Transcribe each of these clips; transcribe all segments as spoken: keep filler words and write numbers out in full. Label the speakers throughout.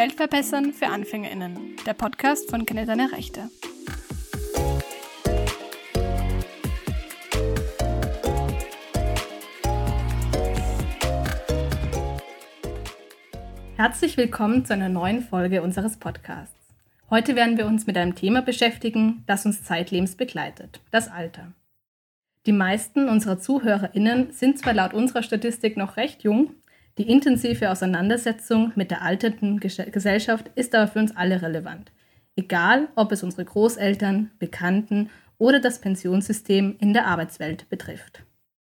Speaker 1: Weltverbessern für AnfängerInnen, der Podcast von Kennt deine Rechte. Herzlich willkommen zu einer neuen Folge unseres Podcasts. Heute werden wir uns mit einem Thema beschäftigen, das uns zeitlebens begleitet, das Alter. Die meisten unserer ZuhörerInnen sind zwar laut unserer Statistik noch recht jung, die intensive Auseinandersetzung mit der alternden Gesellschaft ist aber für uns alle relevant. Egal, ob es unsere Großeltern, Bekannten oder das Pensionssystem in der Arbeitswelt betrifft.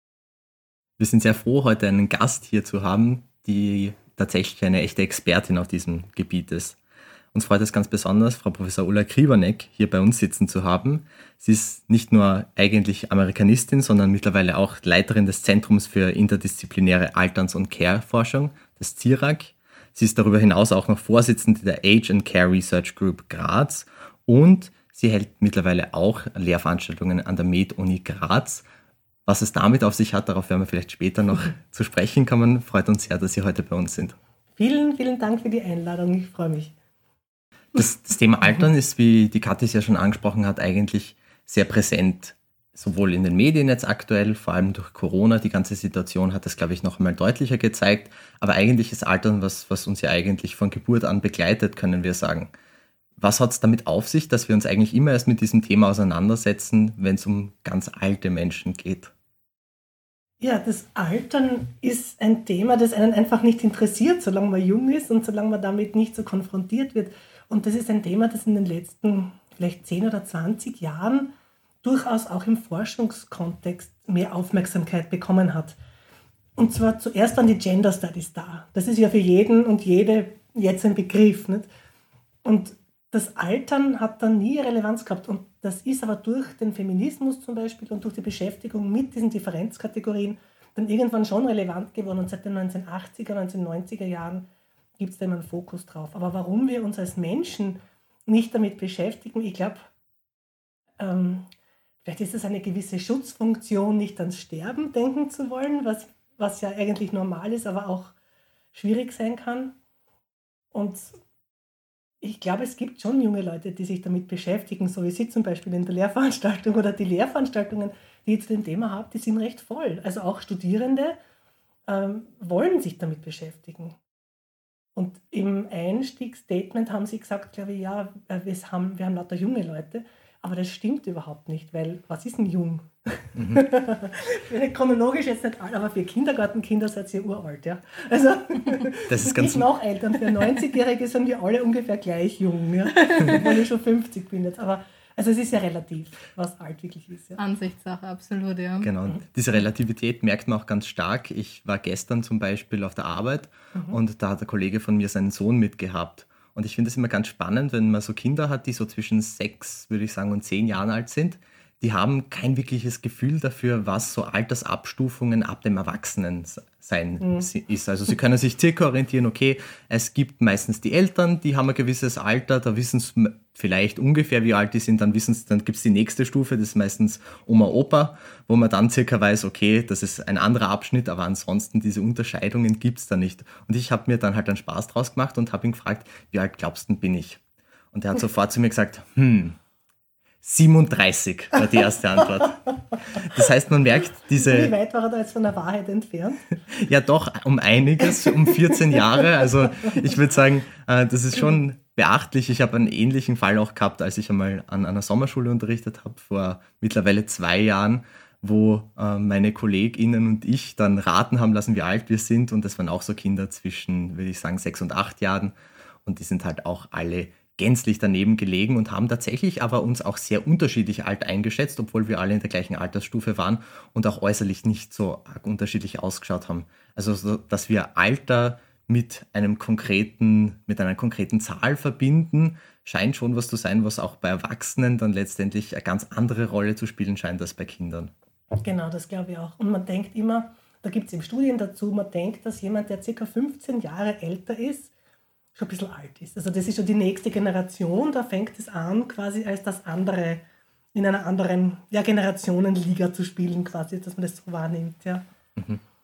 Speaker 2: Wir sind sehr froh, heute einen Gast hier zu haben, die tatsächlich eine echte Expertin auf diesem Gebiet ist. Uns freut es ganz besonders, Frau Professor Ulla Kriwanek hier bei uns sitzen zu haben. Sie ist nicht nur eigentlich Amerikanistin, sondern mittlerweile auch Leiterin des Zentrums für interdisziplinäre Alterns- und Care-Forschung, das C I R A G. Sie ist darüber hinaus auch noch Vorsitzende der Age and Care Research Group Graz und sie hält mittlerweile auch Lehrveranstaltungen an der Med-Uni Graz. Was es damit auf sich hat, darauf werden wir vielleicht später noch zu sprechen kommen. Freut uns sehr, dass Sie heute bei uns sind.
Speaker 3: Vielen, vielen Dank für die Einladung. Ich freue mich.
Speaker 2: Das, das Thema Altern ist, wie die Kathi es ja schon angesprochen hat, eigentlich sehr präsent. Sowohl in den Medien jetzt aktuell, vor allem durch Corona. Die ganze Situation hat das, glaube ich, noch einmal deutlicher gezeigt. Aber eigentlich ist Altern was, was uns ja eigentlich von Geburt an begleitet, können wir sagen. Was hat es damit auf sich, dass wir uns eigentlich immer erst mit diesem Thema auseinandersetzen, wenn es um ganz alte Menschen geht?
Speaker 3: Ja, das Altern ist ein Thema, das einen einfach nicht interessiert, solange man jung ist und solange man damit nicht so konfrontiert wird. Und das ist ein Thema, das in den letzten vielleicht zehn oder zwanzig Jahren durchaus auch im Forschungskontext mehr Aufmerksamkeit bekommen hat. Und zwar zuerst waren die Gender Studies da. Das ist ja für jeden und jede jetzt ein Begriff, nicht? Und das Altern hat dann nie Relevanz gehabt. Und das ist aber durch den Feminismus zum Beispiel und durch die Beschäftigung mit diesen Differenzkategorien dann irgendwann schon relevant geworden. Und seit den neunzehnhundertachtziger, neunzehnhundertneunziger Jahren gibt es da immer einen Fokus drauf. Aber warum wir uns als Menschen nicht damit beschäftigen, ich glaube, ähm, vielleicht ist es eine gewisse Schutzfunktion, nicht ans Sterben denken zu wollen, was, was ja eigentlich normal ist, aber auch schwierig sein kann. Und ich glaube, es gibt schon junge Leute, die sich damit beschäftigen, so wie Sie zum Beispiel in der Lehrveranstaltung oder die Lehrveranstaltungen, die ich zu dem Thema habe, die sind recht voll. Also auch Studierende ähm, wollen sich damit beschäftigen. Und im Einstiegsstatement haben sie gesagt, glaube ich, ja, wir haben, wir haben lauter junge Leute, aber das stimmt überhaupt nicht, weil was ist denn jung? Mhm. Chronologisch jetzt nicht alt, aber für Kindergartenkinder seid ihr uralt, ja. Also
Speaker 2: das ist ganz
Speaker 3: ich noch Eltern, für neunzigjährige sind wir alle ungefähr gleich jung, ja, obwohl ich schon fünfzig bin jetzt, aber also es ist ja relativ, was alt wirklich ist. Ja.
Speaker 1: Ansichtssache, absolut, ja.
Speaker 2: Genau, diese Relativität merkt man auch ganz stark. Ich war gestern zum Beispiel auf der Arbeit mhm. und da hat ein Kollege von mir seinen Sohn mitgehabt. Und ich finde es immer ganz spannend, wenn man so Kinder hat, die so zwischen sechs, würde ich sagen, und zehn Jahren alt sind. Die haben kein wirkliches Gefühl dafür, was so Altersabstufungen ab dem Erwachsenensein mhm. ist. Also sie können sich circa orientieren, okay, es gibt meistens die Eltern, die haben ein gewisses Alter, da wissen sie vielleicht ungefähr, wie alt die sind, dann wissen sie, dann gibt es die nächste Stufe, das ist meistens Oma, Opa, wo man dann circa weiß, okay, das ist ein anderer Abschnitt, aber ansonsten diese Unterscheidungen gibt es da nicht. Und ich habe mir dann halt einen Spaß draus gemacht und habe ihn gefragt, wie alt glaubst du, bin ich? Und er hat sofort zu mir gesagt, hm, siebenunddreißig war die erste Antwort. Das heißt, man merkt diese...
Speaker 3: Wie weit war er da jetzt von der Wahrheit entfernt?
Speaker 2: Ja, doch, um einiges, um vierzehn Jahre. Also ich würde sagen, das ist schon beachtlich. Ich habe einen ähnlichen Fall auch gehabt, als ich einmal an einer Sommerschule unterrichtet habe, vor mittlerweile zwei Jahren, wo meine KollegInnen und ich dann raten haben lassen, wie alt wir sind. Und das waren auch so Kinder zwischen, würde ich sagen, sechs und acht Jahren. Und die sind halt auch alle gänzlich daneben gelegen und haben tatsächlich aber uns auch sehr unterschiedlich alt eingeschätzt, obwohl wir alle in der gleichen Altersstufe waren und auch äußerlich nicht so arg unterschiedlich ausgeschaut haben. Also, so, dass wir Alter mit einem konkreten, mit einer konkreten Zahl verbinden, scheint schon was zu sein, was auch bei Erwachsenen dann letztendlich eine ganz andere Rolle zu spielen scheint als bei Kindern.
Speaker 3: Genau, das glaube ich auch. Und man denkt immer, da gibt es eben Studien dazu, man denkt, dass jemand, der ca. fünfzehn Jahre älter ist, schon ein bisschen alt ist. Also das ist schon die nächste Generation, da fängt es an, quasi als das andere, in einer anderen ja, Generationenliga zu spielen, quasi, dass man das so wahrnimmt. Ja. Mhm.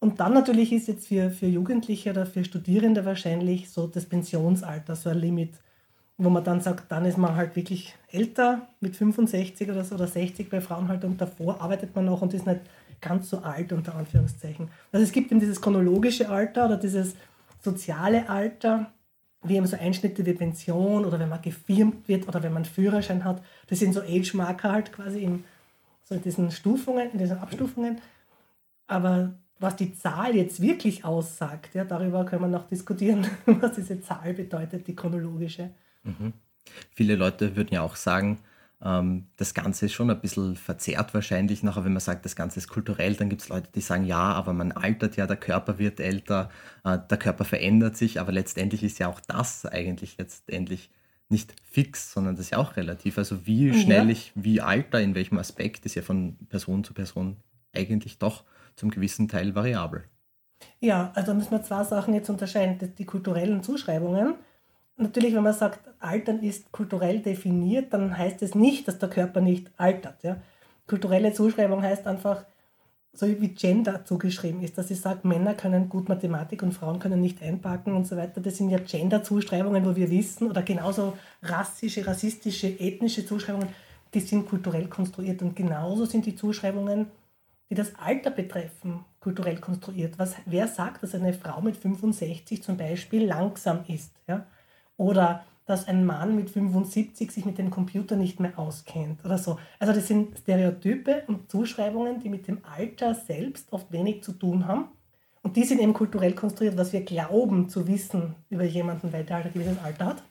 Speaker 3: Und dann natürlich ist jetzt für, für Jugendliche oder für Studierende wahrscheinlich so das Pensionsalter so ein Limit, wo man dann sagt, dann ist man halt wirklich älter, mit fünfundsechzig oder so oder sechzig bei Frauen halt, und davor arbeitet man noch und ist nicht ganz so alt, unter Anführungszeichen. Also es gibt eben dieses chronologische Alter oder dieses soziale Alter, wie eben so Einschnitte wie Pension oder wenn man gefirmt wird oder wenn man einen Führerschein hat. Das sind so Age-Marker halt quasi in, so in diesen Stufungen, in diesen Abstufungen. Aber was die Zahl jetzt wirklich aussagt, ja, darüber können wir noch diskutieren, was diese Zahl bedeutet, die chronologische.
Speaker 2: Mhm. Viele Leute würden ja auch sagen, ähm, das Ganze ist schon ein bisschen verzerrt wahrscheinlich. Nachher, wenn man sagt, das Ganze ist kulturell, dann gibt es Leute, die sagen, ja, aber man altert ja, der Körper wird älter, äh, der Körper verändert sich, aber letztendlich ist ja auch das eigentlich letztendlich nicht fix, sondern das ist ja auch relativ. Also wie schnell
Speaker 3: Ja.
Speaker 2: ich, wie alter, in welchem Aspekt, ist ja von Person zu Person eigentlich doch zum gewissen Teil variabel.
Speaker 3: Ja, also da müssen wir zwei Sachen jetzt unterscheiden. Das- Die kulturellen Zuschreibungen. Natürlich, wenn man sagt, Altern ist kulturell definiert, dann heißt es nicht, dass der Körper nicht altert. Ja? Kulturelle Zuschreibung heißt einfach, so wie Gender zugeschrieben ist, dass ich sage, Männer können gut Mathematik und Frauen können nicht einpacken und so weiter. Das sind ja Gender-Zuschreibungen, wo wir wissen, oder genauso rassische, rassistische, ethnische Zuschreibungen, die sind kulturell konstruiert. Und genauso sind die Zuschreibungen, die das Alter betreffen, kulturell konstruiert. Was, wer sagt, dass eine Frau mit fünfundsechzig zum Beispiel langsam ist? Ja? Oder dass ein Mann mit fünfundsiebzig sich mit dem Computer nicht mehr auskennt oder so. Also das sind Stereotype und Zuschreibungen, die mit dem Alter selbst oft wenig zu tun haben. Und die sind eben kulturell konstruiert, was wir glauben zu wissen über jemanden, weil der halt ein gewisses Alter hat.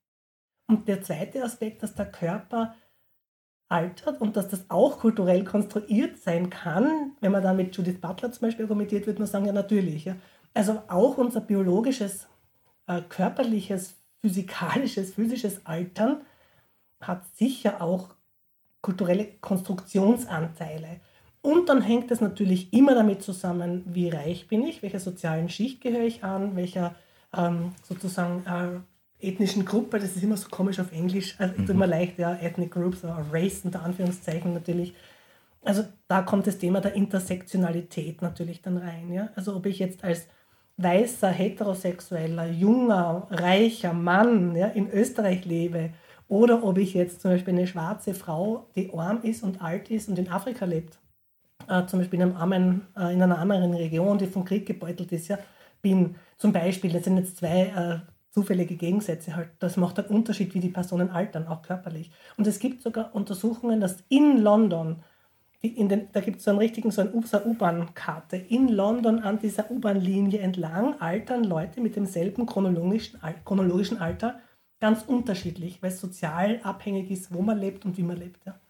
Speaker 3: Und der zweite Aspekt, dass der Körper altert und dass das auch kulturell konstruiert sein kann, wenn man dann mit Judith Butler zum Beispiel argumentiert, würde man sagen, ja natürlich. Ja. Also auch unser biologisches, äh, körperliches, physikalisches, physisches Altern hat sicher auch kulturelle Konstruktionsanteile. Und dann hängt es natürlich immer damit zusammen, wie reich bin ich, welcher sozialen Schicht gehöre ich an, welcher ähm, sozusagen äh, ethnischen Gruppe, das ist immer so komisch auf Englisch, also mhm. immer leicht, ja, Ethnic Groups oder Race unter Anführungszeichen natürlich. Also da kommt das Thema der Intersektionalität natürlich dann rein. Ja? Also ob ich jetzt als weißer, heterosexueller, junger, reicher Mann ja, in Österreich lebe oder ob ich jetzt zum Beispiel eine schwarze Frau, die arm ist und alt ist und in Afrika lebt, äh, zum Beispiel in, einem armen, äh, in einer ärmeren Region, die vom Krieg gebeutelt ist, ja, bin zum Beispiel, das sind jetzt zwei äh, zufällige Gegensätze halt, das macht einen Unterschied, wie die Personen altern, auch körperlich. Und es gibt sogar Untersuchungen, dass in London, die in den, da gibt es so einen richtigen, so eine U-Bahn-Karte, in London an dieser U-Bahn-Linie entlang altern Leute mit demselben chronologischen, chronologischen Alter ganz unterschiedlich, weil es sozial abhängig ist, wo man lebt und wie man lebt. Ja.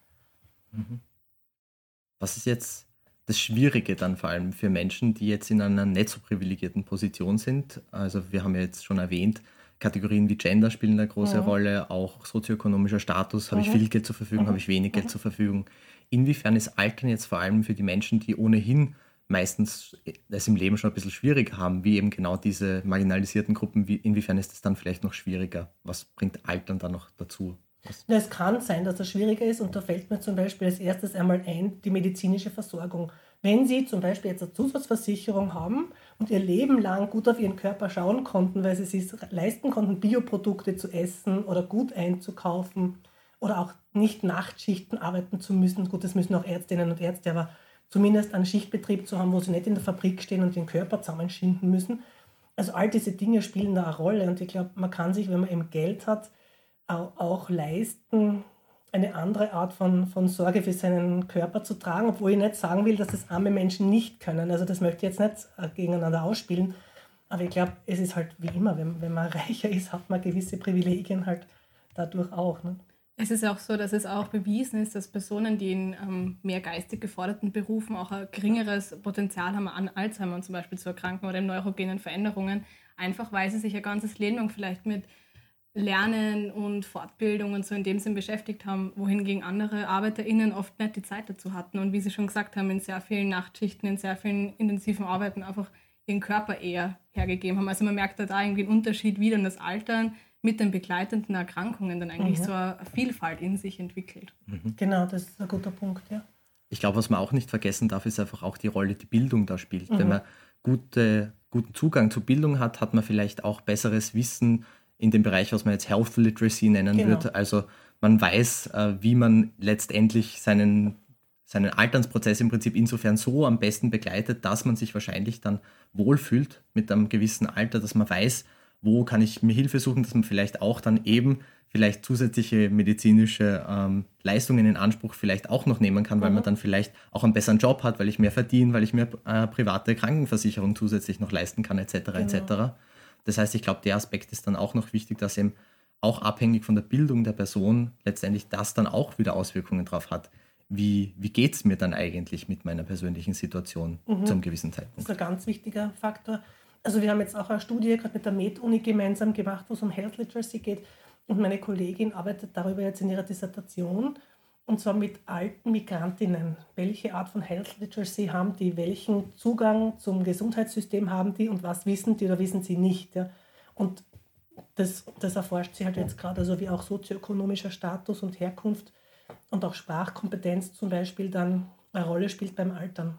Speaker 2: Was ist jetzt das Schwierige dann vor allem für Menschen, die jetzt in einer nicht so privilegierten Position sind? Also wir haben ja jetzt schon erwähnt, Kategorien wie Gender spielen eine große
Speaker 3: Mhm.
Speaker 2: Rolle, auch sozioökonomischer Status, habe ich
Speaker 3: Mhm.
Speaker 2: viel Geld zur Verfügung,
Speaker 3: Mhm.
Speaker 2: habe ich wenig Geld
Speaker 3: Mhm.
Speaker 2: zur Verfügung. Inwiefern ist Altern jetzt vor allem für die Menschen, die ohnehin meistens es im Leben schon ein bisschen schwieriger haben, wie eben genau diese marginalisierten Gruppen, wie, inwiefern ist es dann vielleicht noch schwieriger? Was bringt Altern dann noch dazu? Was?
Speaker 3: Ja, es kann sein, dass das schwieriger ist, und da fällt mir zum Beispiel als erstes einmal ein, die medizinische Versorgung. Wenn Sie zum Beispiel jetzt eine Zusatzversicherung haben und Ihr Leben lang gut auf Ihren Körper schauen konnten, weil Sie es sich leisten konnten, Bioprodukte zu essen oder gut einzukaufen oder auch nicht Nachtschichten arbeiten zu müssen, gut, das müssen auch Ärztinnen und Ärzte, aber zumindest einen Schichtbetrieb zu haben, wo sie nicht in der Fabrik stehen und den Körper zusammenschinden müssen. Also all diese Dinge spielen da eine Rolle, und ich glaube, man kann sich, wenn man eben Geld hat, auch leisten, eine andere Art von, von Sorge für seinen Körper zu tragen, obwohl ich nicht sagen will, dass das arme Menschen nicht können. Also das möchte ich jetzt nicht äh, gegeneinander ausspielen, aber ich glaube, es ist halt wie immer, wenn, wenn man reicher ist, hat man gewisse Privilegien halt dadurch auch. Ne?
Speaker 1: Es ist auch so, dass es auch bewiesen ist, dass Personen, die in ähm, mehr geistig geforderten Berufen auch ein geringeres Potenzial haben, an Alzheimer zum Beispiel zu erkranken oder in neurogenen Veränderungen, einfach weil sie sich ihr ganzes Leben lang vielleicht mit Lernen und Fortbildung und so in dem Sinn beschäftigt haben, wohingegen andere ArbeiterInnen oft nicht die Zeit dazu hatten und wie Sie schon gesagt haben, in sehr vielen Nachtschichten, in sehr vielen intensiven Arbeiten einfach ihren Körper eher hergegeben haben. Also man merkt da, da irgendwie einen Unterschied, wie dann das Altern mit den begleitenden Erkrankungen dann eigentlich
Speaker 3: Mhm.
Speaker 1: so eine Vielfalt in sich entwickelt.
Speaker 3: Genau, das ist ein guter Punkt, ja.
Speaker 2: Ich glaube, was man auch nicht vergessen darf, ist einfach auch die Rolle, die Bildung da spielt.
Speaker 3: Mhm.
Speaker 2: Wenn man gute, guten Zugang zu Bildung hat, hat man vielleicht auch besseres Wissen in dem Bereich, was man jetzt Health Literacy nennen
Speaker 3: Genau.
Speaker 2: würde. Also man weiß, äh, wie man letztendlich seinen, seinen Alternsprozess im Prinzip insofern so am besten begleitet, dass man sich wahrscheinlich dann wohlfühlt mit einem gewissen Alter, dass man weiß, wo kann ich mir Hilfe suchen, dass man vielleicht auch dann eben vielleicht zusätzliche medizinische ähm, Leistungen in Anspruch vielleicht auch noch nehmen kann, weil
Speaker 3: Mhm.
Speaker 2: man dann vielleicht auch einen besseren Job hat, weil ich mehr verdiene, weil ich mir äh, private Krankenversicherung zusätzlich noch leisten kann, et cetera et cetera. Das heißt, ich glaube, der Aspekt ist dann auch noch wichtig, dass eben auch abhängig von der Bildung der Person letztendlich das dann auch wieder Auswirkungen drauf hat. Wie, wie geht es mir dann eigentlich mit meiner persönlichen Situation
Speaker 3: Mhm.
Speaker 2: zu einem gewissen
Speaker 3: Das
Speaker 2: Zeitpunkt?
Speaker 3: ist ein ganz wichtiger Faktor. Also wir haben jetzt auch eine Studie gerade mit der Med-Uni gemeinsam gemacht, wo es um Health Literacy geht. Und meine Kollegin arbeitet darüber jetzt in ihrer Dissertation. Und zwar mit alten Migrantinnen. Welche Art von Health Literacy haben die? Welchen Zugang zum Gesundheitssystem haben die? Und was wissen die oder wissen sie nicht? Ja? Und das, das erforscht sie halt jetzt gerade. Also wie auch sozioökonomischer Status und Herkunft und auch Sprachkompetenz zum Beispiel dann eine Rolle spielt beim Altern.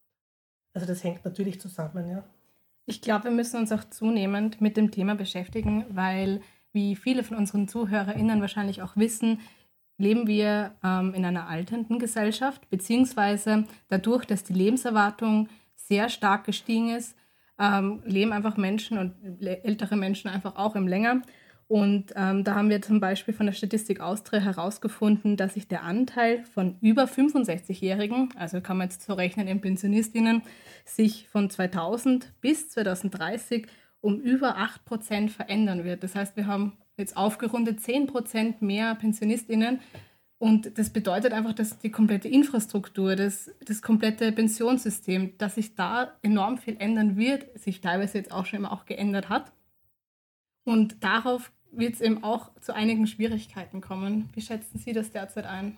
Speaker 3: Also das hängt natürlich zusammen, ja.
Speaker 1: Ich glaube, wir müssen uns auch zunehmend mit dem Thema beschäftigen, weil, wie viele von unseren ZuhörerInnen wahrscheinlich auch wissen, leben wir ähm, in einer alternden Gesellschaft, beziehungsweise dadurch, dass die Lebenserwartung sehr stark gestiegen ist, ähm, leben einfach Menschen und le- ältere Menschen einfach auch im länger. Und ähm, da haben wir zum Beispiel von der Statistik Austria herausgefunden, dass sich der Anteil von über fünfundsechzigjährigen, also kann man jetzt so rechnen in PensionistInnen, sich von zweitausend bis zweitausenddreißig um über acht Prozent verändern wird. Das heißt, wir haben jetzt aufgerundet zehn Prozent mehr PensionistInnen und das bedeutet einfach, dass die komplette Infrastruktur, das, das komplette Pensionssystem, dass sich da enorm viel ändern wird, sich teilweise jetzt auch schon immer auch geändert hat. Und darauf wird es eben auch zu einigen Schwierigkeiten kommen. Wie schätzen Sie das derzeit ein?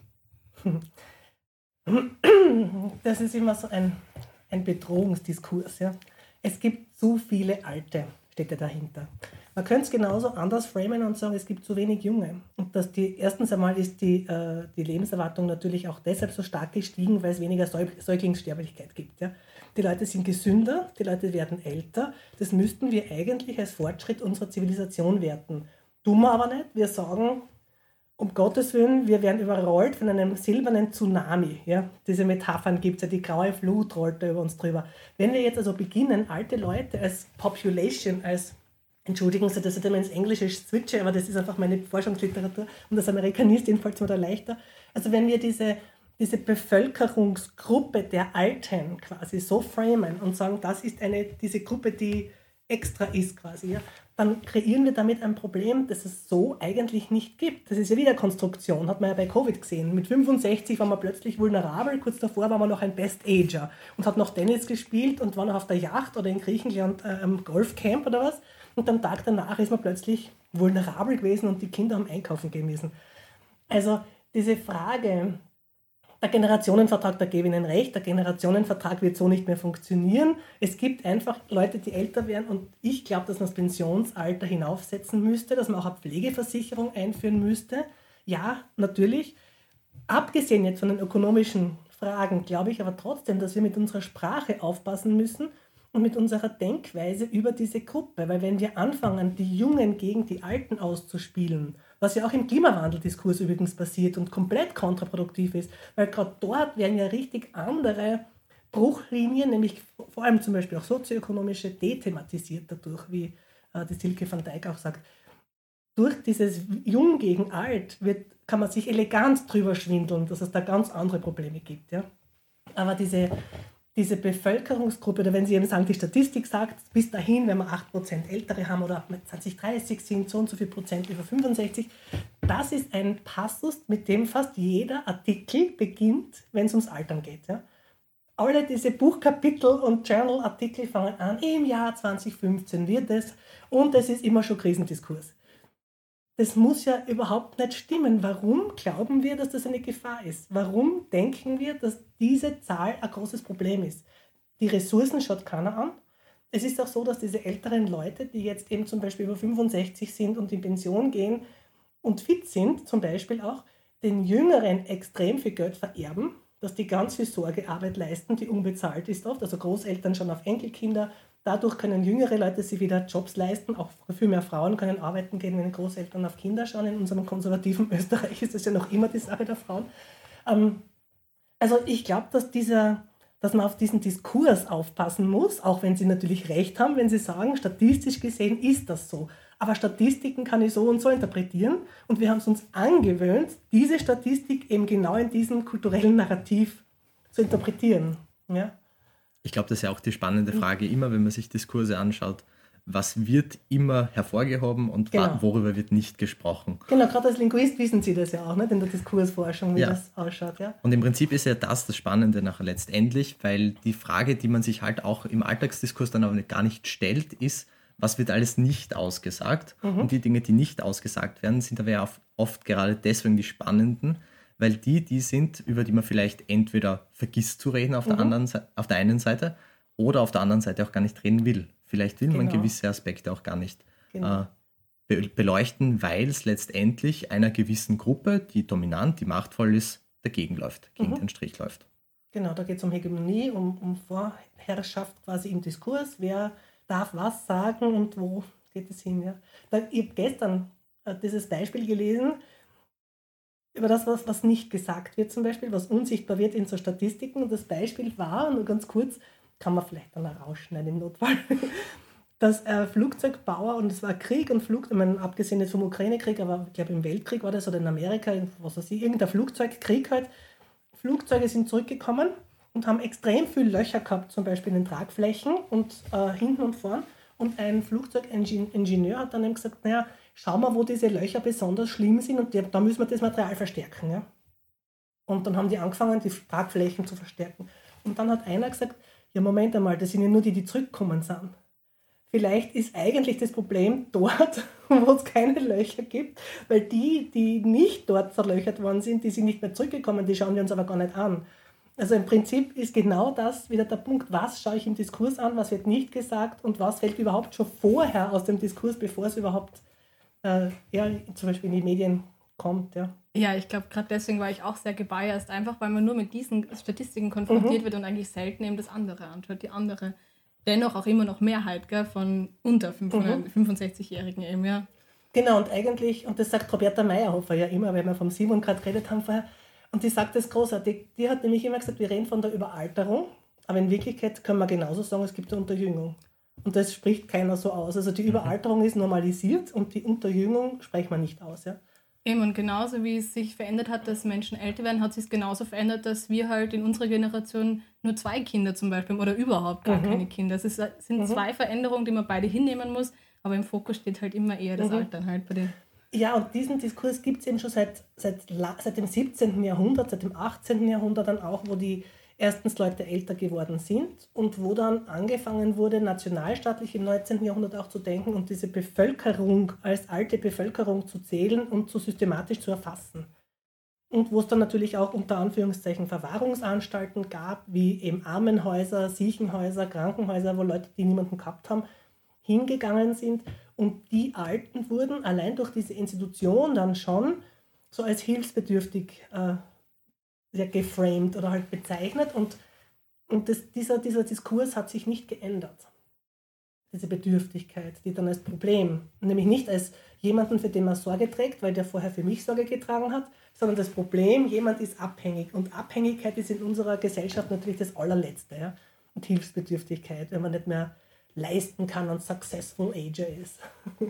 Speaker 3: Das ist immer so ein, ein Bedrohungsdiskurs. Ja. Es gibt zu viele Alte, steht ja dahinter. Man könnte es genauso anders framen und sagen, es gibt zu wenig Junge. Und dass die, erstens einmal ist die, äh, die Lebenserwartung natürlich auch deshalb so stark gestiegen, weil es weniger Säug- Säuglingssterblichkeit gibt. Ja. Die Leute sind gesünder, die Leute werden älter. Das müssten wir eigentlich als Fortschritt unserer Zivilisation werten. Tun wir aber nicht. Wir sagen, um Gottes Willen, wir werden überrollt von einem silbernen Tsunami. Ja? Diese Metaphern gibt es ja, die graue Flut rollt da über uns drüber. Wenn wir jetzt also beginnen, alte Leute als Population, als, entschuldigen Sie, dass ich da mal ins Englische switche, aber das ist einfach meine Forschungsliteratur und als Amerikanistin fällt es mir da leichter. Also wenn wir diese, diese Bevölkerungsgruppe der Alten quasi so framen und sagen, das ist eine, diese Gruppe, die extra ist quasi, ja, dann kreieren wir damit ein Problem, das es so eigentlich nicht gibt. Das ist ja wieder Konstruktion, hat man ja bei Covid gesehen. Mit fünfundsechzig war man plötzlich vulnerabel, kurz davor war man noch ein Best-Ager und hat noch Tennis gespielt und war noch auf der Yacht oder in Griechenland äh, am Golfcamp oder was. Und am Tag danach ist man plötzlich vulnerabel gewesen und die Kinder haben einkaufen gehen müssen. Also diese Frage, der Generationenvertrag, da gebe ich Ihnen recht, der Generationenvertrag wird so nicht mehr funktionieren. Es gibt einfach Leute, die älter werden und ich glaube, dass man das Pensionsalter hinaufsetzen müsste, dass man auch eine Pflegeversicherung einführen müsste. Ja, natürlich. Abgesehen jetzt von den ökonomischen Fragen, glaube ich aber trotzdem, dass wir mit unserer Sprache aufpassen müssen und mit unserer Denkweise über diese Gruppe. Weil wenn wir anfangen, die Jungen gegen die Alten auszuspielen, was ja auch im Klimawandeldiskurs übrigens passiert und komplett kontraproduktiv ist, weil gerade dort werden ja richtig andere Bruchlinien, nämlich vor allem zum Beispiel auch sozioökonomische, dethematisiert dadurch, wie äh, die Silke van Dijk auch sagt. Durch dieses Jung gegen Alt wird, kann man sich elegant drüber schwindeln, dass es da ganz andere Probleme gibt. Ja? Aber diese, diese Bevölkerungsgruppe, oder wenn Sie eben sagen, die Statistik sagt, bis dahin, wenn wir acht Prozent Ältere haben oder mit zwanzig dreißig sind, so und so viel Prozent über fünfundsechzig, das ist ein Passus, mit dem fast jeder Artikel beginnt, wenn es ums Altern geht. Ja? Alle diese Buchkapitel und Journal-Artikel fangen an, im Jahr zwanzig fünfzehn wird es und es ist immer schon Krisendiskurs. Das muss ja überhaupt nicht stimmen. Warum glauben wir, dass das eine Gefahr ist? Warum denken wir, dass diese Zahl ein großes Problem ist? Die Ressourcen schaut keiner an. Es ist auch so, dass diese älteren Leute, die jetzt eben zum Beispiel über fünfundsechzig sind und in Pension gehen und fit sind, zum Beispiel auch, den Jüngeren extrem viel Geld vererben. dass die ganz viel Sorgearbeit leisten, die unbezahlt ist oft. Also Großeltern schauen auf Enkelkinder. Dadurch können jüngere Leute sich wieder Jobs leisten. Auch viel mehr Frauen können arbeiten gehen, wenn Großeltern auf Kinder schauen. In unserem konservativen Österreich ist das ja noch immer die Sache der Frauen. Ähm, also ich glaube, dass dieser, dass man auf diesen Diskurs aufpassen muss, auch wenn sie natürlich recht haben, wenn sie sagen, statistisch gesehen ist das so. Aber Statistiken kann ich so und so interpretieren. Und wir haben es uns angewöhnt, diese Statistik eben genau in diesem kulturellen Narrativ zu interpretieren. Ja?
Speaker 2: Ich glaube, das ist ja auch die spannende Frage, immer wenn man sich Diskurse anschaut, was wird immer hervorgehoben und
Speaker 3: genau.
Speaker 2: worüber wird nicht gesprochen.
Speaker 3: Genau, gerade als Linguist wissen Sie das ja auch, nicht, in der Diskursforschung, wie ja. das ausschaut. Ja?
Speaker 2: Und im Prinzip ist ja das das Spannende nachher letztendlich, weil die Frage, die man sich halt auch im Alltagsdiskurs dann aber gar nicht stellt, ist, was wird alles nicht ausgesagt? Mhm. Und die Dinge, die nicht ausgesagt werden, sind aber ja oft gerade deswegen die spannenden, weil die, die sind, über die man vielleicht entweder vergisst zu reden auf, mhm. der, anderen, auf der einen Seite oder auf der anderen Seite auch gar nicht reden will. Vielleicht will genau. man gewisse Aspekte auch gar nicht genau. äh, be- beleuchten, weil es letztendlich einer gewissen Gruppe, die dominant, die machtvoll ist, dagegen läuft, gegen mhm. den Strich läuft.
Speaker 3: Genau, da geht es um Hegemonie, um, um Vorherrschaft quasi im Diskurs. Wer darf was sagen und wo geht es hin? Ja? Da, ich habe gestern äh, dieses Beispiel gelesen, über das, was, was nicht gesagt wird zum Beispiel, was unsichtbar wird in so Statistiken. Und das Beispiel war, nur ganz kurz, kann man vielleicht dann auch rausschneiden im Notfall, dass äh, Flugzeugbauer, und es war Krieg und Flug, ich meine, abgesehen jetzt vom Ukraine-Krieg, aber ich glaube im Weltkrieg war das oder in Amerika, was weiß ich, irgendein Flugzeugkrieg halt, Flugzeuge sind zurückgekommen und haben extrem viel Löcher gehabt, zum Beispiel in den Tragflächen und äh, hinten und vorn. Und ein Flugzeugingenieur hat dann eben gesagt, naja, schau mal, wo diese Löcher besonders schlimm sind und die, da müssen wir das Material verstärken. Ja? Und dann haben die angefangen, die Tragflächen zu verstärken. Und dann hat einer gesagt, ja Moment einmal, das sind ja nur die, die zurückgekommen sind. Vielleicht ist eigentlich das Problem dort, wo es keine Löcher gibt, weil die, die nicht dort zerlöchert worden sind, die sind nicht mehr zurückgekommen, die schauen wir uns aber gar nicht an. Also im Prinzip ist genau das wieder der Punkt, was schaue ich im Diskurs an, was wird nicht gesagt und was fällt überhaupt schon vorher aus dem Diskurs, bevor es überhaupt äh, ja, zum Beispiel in die Medien kommt. Ja,
Speaker 1: ja ich glaube, gerade deswegen war ich auch sehr gebiased, einfach weil man nur mit diesen Statistiken konfrontiert mhm. wird und eigentlich selten eben das andere anschaut, die andere. Dennoch auch immer noch Mehrheit, gell, von unter fünfundsechzigjährigen eben, ja.
Speaker 3: Genau, und eigentlich, und das sagt Roberta Meyerhofer ja immer, wenn wir vom Simon gerade geredet haben vorher, und die sagt das großartig, die hat nämlich immer gesagt, wir reden von der Überalterung, aber in Wirklichkeit können wir genauso sagen, es gibt eine Unterjüngung. Und das spricht keiner so aus. Also die Überalterung ist normalisiert und die Unterjüngung spricht man nicht aus, ja.
Speaker 1: Eben, und genauso wie es sich verändert hat, dass Menschen älter werden, hat es sich genauso verändert, dass wir halt in unserer Generation nur zwei Kinder zum Beispiel oder überhaupt gar mhm. keine Kinder. Es ist, sind mhm. zwei Veränderungen, die man beide hinnehmen muss, aber im Fokus steht halt immer eher das mhm. Altern halt bei den.
Speaker 3: Ja, und diesen Diskurs gibt es eben schon seit, seit, seit dem siebzehnten Jahrhundert, seit dem achtzehnten Jahrhundert dann auch, wo die erstens Leute älter geworden sind und wo dann angefangen wurde, nationalstaatlich im neunzehnten Jahrhundert auch zu denken und diese Bevölkerung als alte Bevölkerung zu zählen und zu systematisch zu erfassen. Und wo es dann natürlich auch unter Anführungszeichen Verwahrungsanstalten gab, wie eben Armenhäuser, Siechenhäuser, Krankenhäuser, wo Leute, die niemanden gehabt haben, hingegangen sind und die Alten wurden allein durch diese Institution dann schon so als hilfsbedürftig äh, ja, geframed oder halt bezeichnet und, und das, dieser, dieser Diskurs hat sich nicht geändert. Diese Bedürftigkeit, die dann als Problem, nämlich nicht als jemanden, für den man Sorge trägt, weil der vorher für mich Sorge getragen hat, sondern das Problem, jemand ist abhängig und Abhängigkeit ist in unserer Gesellschaft natürlich das allerletzte, ja? Und Hilfsbedürftigkeit, wenn man nicht mehr leisten kann und successful ager ist.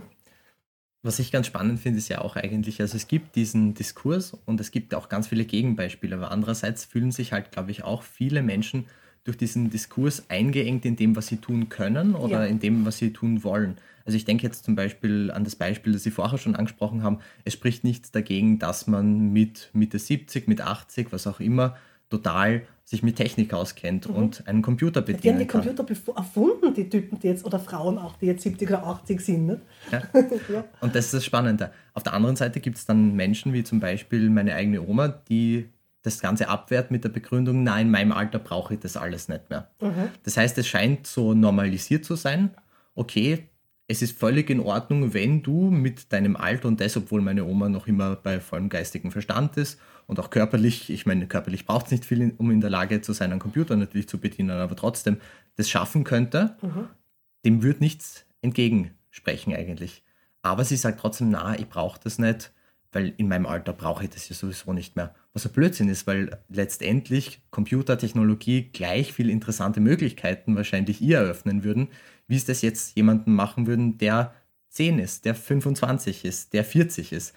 Speaker 2: Was ich ganz spannend finde, ist ja auch eigentlich, also es gibt diesen Diskurs und es gibt auch ganz viele Gegenbeispiele, aber andererseits fühlen sich halt, glaube ich, auch viele Menschen durch diesen Diskurs eingeengt in dem, was sie tun können oder ja. in dem, was sie tun wollen. Also ich denke jetzt zum Beispiel an das Beispiel, das Sie vorher schon angesprochen haben, es spricht nichts dagegen, dass man mit Mitte siebzig, mit achtzig, was auch immer, total sich mit Technik auskennt mhm. und einen Computer bedienen kann.
Speaker 3: Die haben die Computer bef- erfunden, die Typen, die jetzt, oder Frauen auch, die jetzt siebzig oder achtzig sind. Nicht?
Speaker 2: Ja. ja. Und das ist das Spannende. Auf der anderen Seite gibt es dann Menschen, wie zum Beispiel meine eigene Oma, die das Ganze abwehrt mit der Begründung, nein, in meinem Alter brauche ich das alles nicht mehr. Mhm. Das heißt, es scheint so normalisiert zu sein, okay, es ist völlig in Ordnung, wenn du mit deinem Alter, und das, obwohl meine Oma noch immer bei vollem geistigen Verstand ist und auch körperlich, ich meine, körperlich braucht es nicht viel, um in der Lage zu sein, einen Computer natürlich zu bedienen, aber trotzdem das schaffen könnte, mhm. dem würde nichts entgegensprechen eigentlich. Aber sie sagt trotzdem, na, ich brauche das nicht, weil in meinem Alter brauche ich das ja sowieso nicht mehr. Was ein Blödsinn ist, weil letztendlich Computertechnologie gleich viel interessante Möglichkeiten wahrscheinlich ihr eröffnen würden, wie es das jetzt jemandem machen würden, der zehn ist, der fünfundzwanzig ist, der vierzig ist.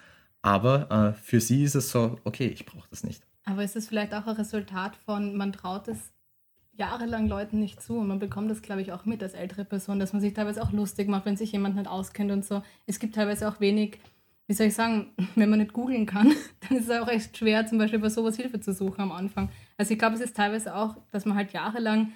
Speaker 2: Aber äh, für sie ist es so, okay, ich brauche das nicht.
Speaker 1: Aber ist es vielleicht auch ein Resultat von, man traut es jahrelang Leuten nicht zu und man bekommt das, glaube ich, auch mit als ältere Person, dass man sich teilweise auch lustig macht, wenn sich jemand nicht auskennt und so. Es gibt teilweise auch wenig, wie soll ich sagen, wenn man nicht googeln kann, dann ist es auch echt schwer, zum Beispiel bei sowas Hilfe zu suchen am Anfang. Also ich glaube, es ist teilweise auch, dass man halt jahrelang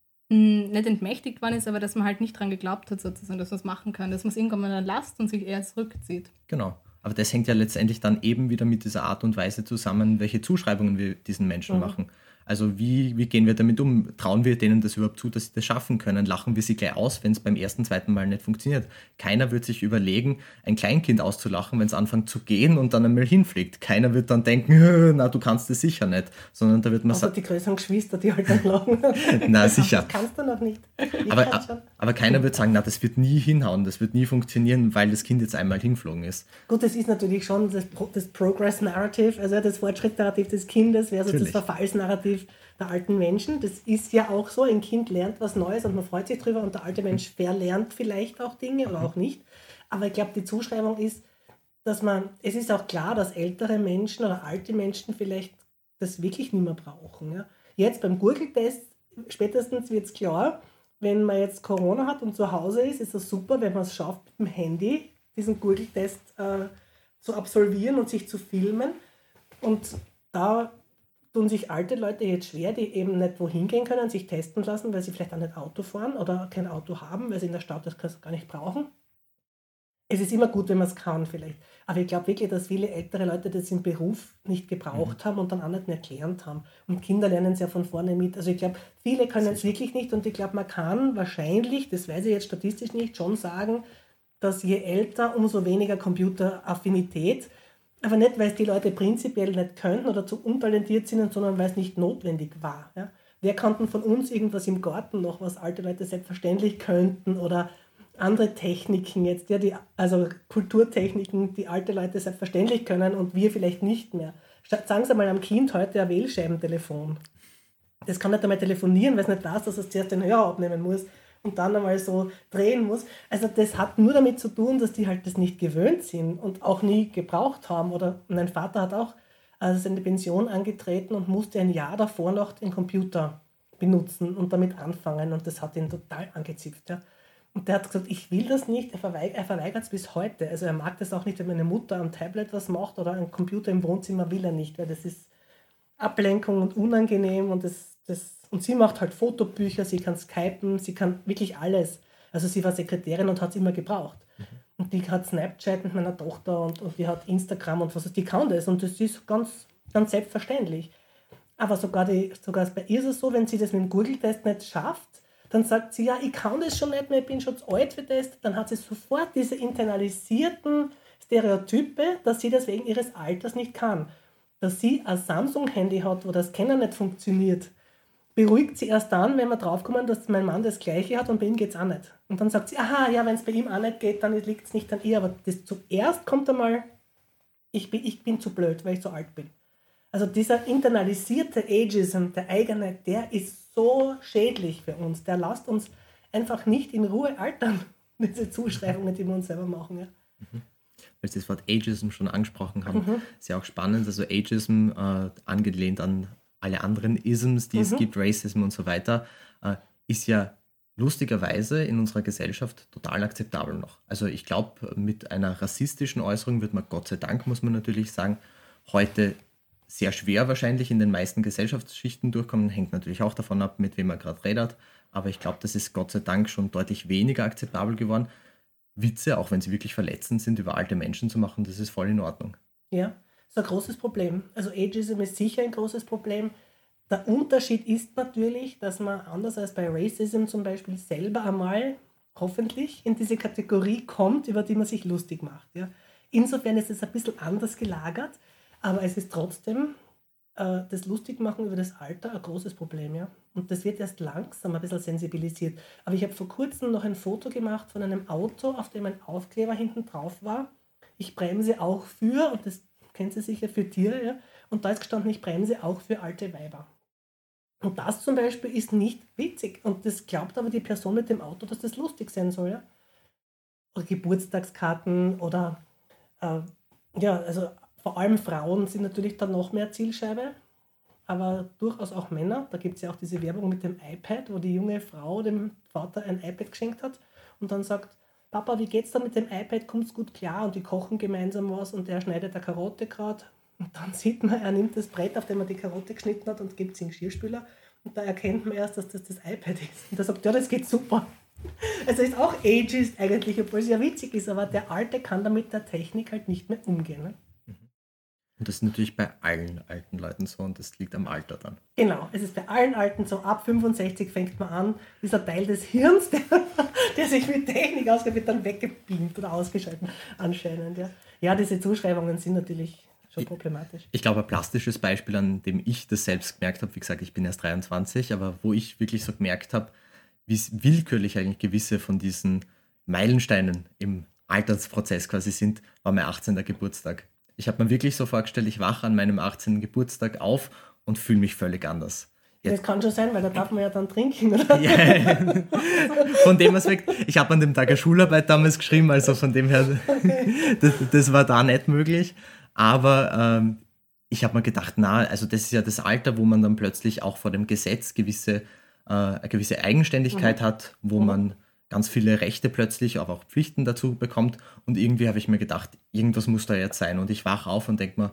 Speaker 1: mh, nicht entmächtigt worden ist, aber dass man halt nicht dran geglaubt hat, sozusagen, dass man es machen kann, dass man es irgendwann mal dann lasst und sich eher zurückzieht.
Speaker 2: Genau. Aber das hängt ja letztendlich dann eben wieder mit dieser Art und Weise zusammen, welche Zuschreibungen wir diesen Menschen mhm. machen. Also wie, wie gehen wir damit um? Trauen wir denen das überhaupt zu, dass sie das schaffen können? Lachen wir sie gleich aus, wenn es beim ersten, zweiten Mal nicht funktioniert? Keiner wird sich überlegen, ein Kleinkind auszulachen, wenn es anfängt zu gehen und dann einmal hinfliegt. Keiner wird dann denken, na, du kannst es sicher nicht. Sondern da wird man
Speaker 3: sagen... Also die größeren Geschwister, die halt dann lachen.
Speaker 2: Na, sicher.
Speaker 3: Das kannst du noch nicht.
Speaker 2: Aber, aber keiner wird sagen, na, das wird nie hinhauen, das wird nie funktionieren, weil das Kind jetzt einmal hingeflogen ist.
Speaker 3: Gut, das ist natürlich schon das, Pro- das Progress-Narrative, also das Fortschritt-Narrativ des Kindes versus natürlich das Verfalls-Narrativ der alten Menschen. Das ist ja auch so, ein Kind lernt was Neues und man freut sich drüber und der alte Mensch verlernt vielleicht auch Dinge oder auch nicht. Aber ich glaube, die Zuschreibung ist, dass man, es ist auch klar, dass ältere Menschen oder alte Menschen vielleicht das wirklich nicht mehr brauchen. Ja. Jetzt beim Gurgeltest, spätestens wird es klar, wenn man jetzt Corona hat und zu Hause ist, ist es super, wenn man es schafft, mit dem Handy diesen Gurgeltest äh, zu absolvieren und sich zu filmen. Und da tun sich alte Leute jetzt schwer, die eben nicht wohin gehen können, sich testen lassen, weil sie vielleicht auch nicht Auto fahren oder kein Auto haben, weil sie in der Stadt das gar nicht brauchen. Es ist immer gut, wenn man es kann vielleicht. Aber ich glaube wirklich, dass viele ältere Leute das im Beruf nicht gebraucht mhm. haben und dann auch nicht mehr gelernt haben. Und Kinder lernen es ja von vorne mit. Also ich glaube, viele können es wirklich nicht und ich glaube, man kann wahrscheinlich, das weiß ich jetzt statistisch nicht, schon sagen, dass je älter, umso weniger Computeraffinität. Aber nicht, weil es die Leute prinzipiell nicht könnten oder zu untalentiert sind, sondern weil es nicht notwendig war. Ja? Wer kann denn von uns irgendwas im Garten noch, was alte Leute selbstverständlich könnten oder andere Techniken jetzt, ja, die, also Kulturtechniken, die alte Leute selbstverständlich können und wir vielleicht nicht mehr. Sagen Sie mal am Kind heute ein Wählscheibentelefon. Das kann nicht einmal telefonieren, weil es nicht weiß, dass es zuerst den Hörer abnehmen muss und dann einmal so drehen muss. Also das hat nur damit zu tun, dass die halt das nicht gewöhnt sind und auch nie gebraucht haben. Oder mein Vater hat auch also seine Pension angetreten und musste ein Jahr davor noch den Computer benutzen und damit anfangen und das hat ihn total angezipft. Ja. Und der hat gesagt, ich will das nicht, er, verweig- er verweigert es bis heute. Also er mag das auch nicht, wenn meine Mutter am Tablet was macht oder ein Computer im Wohnzimmer will er nicht, weil das ist Ablenkung und unangenehm und das, das und sie macht halt Fotobücher, sie kann skypen, sie kann wirklich alles. Also sie war Sekretärin und hat es immer gebraucht. Mhm. Und die hat Snapchat mit meiner Tochter und, und die hat Instagram und was, die kann das und das ist ganz, ganz selbstverständlich. Aber sogar, die, sogar bei ihr ist es so, wenn sie das mit dem Google-Test nicht schafft, dann sagt sie, ja, ich kann das schon nicht mehr, ich bin schon zu alt für das. Dann hat sie sofort diese internalisierten Stereotype, dass sie das wegen ihres Alters nicht kann. Dass sie ein Samsung-Handy hat, wo das Scanner nicht funktioniert, beruhigt sie erst dann, wenn wir draufkommen, dass mein Mann das Gleiche hat und bei ihm geht es auch nicht. Und dann sagt sie, aha, ja, wenn es bei ihm auch nicht geht, dann liegt es nicht an ihr. Aber das zuerst kommt einmal, ich bin, ich bin zu blöd, weil ich zu alt bin. Also dieser internalisierte Ageism, der eigene, der ist so schädlich für uns. Der lässt uns einfach nicht in Ruhe altern, diese Zuschreibungen, die wir uns selber machen. Ja.
Speaker 2: Mhm. Weil Sie das Wort Ageism schon angesprochen haben, mhm. ist ja auch spannend. Also Ageism, äh, angelehnt an alle anderen Isms, die mhm. es gibt, Racism und so weiter, äh, ist ja lustigerweise in unserer Gesellschaft total akzeptabel noch. Also ich glaube, mit einer rassistischen Äußerung wird man, Gott sei Dank, muss man natürlich sagen, heute sehr schwer wahrscheinlich in den meisten Gesellschaftsschichten durchkommen. Hängt natürlich auch davon ab, mit wem man gerade redet. Aber ich glaube, das ist Gott sei Dank schon deutlich weniger akzeptabel geworden. Witze, auch wenn sie wirklich verletzend sind, über alte Menschen zu machen, das ist voll in Ordnung.
Speaker 3: Ja, das ist ein großes Problem. Also Ageism ist sicher ein großes Problem. Der Unterschied ist natürlich, dass man anders als bei Racism zum Beispiel selber einmal hoffentlich in diese Kategorie kommt, über die man sich lustig macht. Ja. Insofern ist es ein bisschen anders gelagert, aber es ist trotzdem äh, das Lustigmachen über das Alter ein großes Problem, ja. Und das wird erst langsam ein bisschen sensibilisiert. Aber ich habe vor kurzem noch ein Foto gemacht von einem Auto, auf dem ein Aufkleber hinten drauf war. Ich bremse auch für, und das kennt Sie sicher, für Tiere, ja. Und da ist gestanden, ich bremse auch für alte Weiber. Und das zum Beispiel ist nicht witzig. Und das glaubt aber die Person mit dem Auto, dass das lustig sein soll, ja. Oder Geburtstagskarten oder, äh, ja, also vor allem Frauen sind natürlich dann noch mehr Zielscheibe, aber durchaus auch Männer. Da gibt es ja auch diese Werbung mit dem iPad, wo die junge Frau dem Vater ein iPad geschenkt hat und dann sagt, Papa, wie geht's da mit dem iPad, kommt's gut klar? Und die kochen gemeinsam was und er schneidet eine Karotte gerade. Und dann sieht man, er nimmt das Brett, auf dem er die Karotte geschnitten hat und gibt es in den Geschirrspüler. Und da erkennt man erst, dass das das iPad ist. Und er sagt, ja, das geht super. Also ist auch ageist eigentlich, obwohl es ja witzig ist, aber der Alte kann damit der Technik halt nicht mehr umgehen. Ne?
Speaker 2: Und das ist natürlich bei allen alten Leuten so und das liegt am Alter dann.
Speaker 3: Genau, es ist bei allen Alten so, ab fünfundsechzig fängt man an, dieser Teil des Hirns, der, der sich mit Technik ausgeht, wird dann weggebeamt oder ausgeschaltet anscheinend. Ja, ja, diese Zuschreibungen sind natürlich schon problematisch.
Speaker 2: Ich, ich glaube, ein plastisches Beispiel, an dem ich das selbst gemerkt habe, wie gesagt, ich bin erst dreiundzwanzig, aber wo ich wirklich so gemerkt habe, wie willkürlich eigentlich gewisse von diesen Meilensteinen im Altersprozess quasi sind, war mein achtzehnter Geburtstag. Ich habe mir wirklich so vorgestellt, ich wache an meinem achtzehnten Geburtstag auf und fühle mich völlig anders.
Speaker 3: Jetzt. Das kann schon sein, weil da darf man ja dann trinken, oder?
Speaker 2: Ja. Von dem Aspekt, ich habe an dem Tag eine Schularbeit damals geschrieben, also von dem her, okay. das, das war da nicht möglich. Aber ähm, ich habe mir gedacht, na, also das ist ja das Alter, wo man dann plötzlich auch vor dem Gesetz gewisse, äh, eine gewisse Eigenständigkeit mhm. hat, wo mhm. man ganz viele Rechte plötzlich, aber auch Pflichten dazu bekommt. Und irgendwie habe ich mir gedacht, irgendwas muss da jetzt sein. Und ich wache auf und denke mir,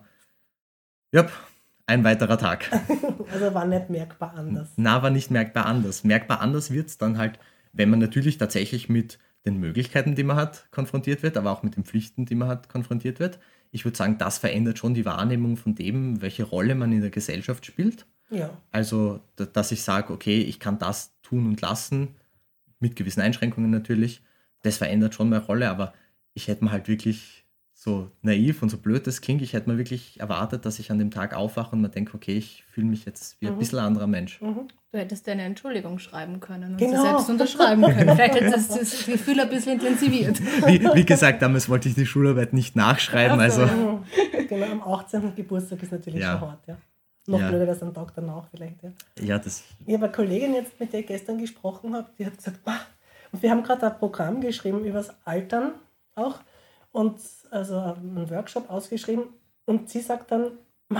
Speaker 2: ja, ein weiterer Tag.
Speaker 3: Also war nicht merkbar anders.
Speaker 2: Na, war nicht merkbar anders. Merkbar anders wird es dann halt, wenn man natürlich tatsächlich mit den Möglichkeiten, die man hat, konfrontiert wird, aber auch mit den Pflichten, die man hat, konfrontiert wird. Ich würde sagen, das verändert schon die Wahrnehmung von dem, welche Rolle man in der Gesellschaft spielt.
Speaker 3: Ja.
Speaker 2: Also, dass ich sage, okay, ich kann das tun und lassen, mit gewissen Einschränkungen natürlich. Das verändert schon meine Rolle, aber ich hätte mir halt wirklich so naiv und so blöd das klingt, ich hätte mir wirklich erwartet, dass ich an dem Tag aufwache und mir denke, okay, ich fühle mich jetzt wie ein mhm. bisschen anderer Mensch.
Speaker 1: Mhm. Du hättest dir eine Entschuldigung schreiben können und
Speaker 3: genau.
Speaker 1: sie selbst unterschreiben können. Vielleicht hätte das, das Gefühl ein bisschen intensiviert.
Speaker 2: Wie, wie gesagt, damals wollte ich die Schularbeit nicht nachschreiben. Also.
Speaker 3: also. Genau, am achtzehnten Geburtstag ist natürlich ja. schon hart, ja. Noch ja. blöder als am Tag danach vielleicht. Ja,
Speaker 2: ja das.
Speaker 3: Ich habe eine Kollegin jetzt, mit der ich gestern gesprochen habe, die hat gesagt, und wir haben gerade ein Programm geschrieben über das Altern auch und also einen Workshop ausgeschrieben und sie sagt dann,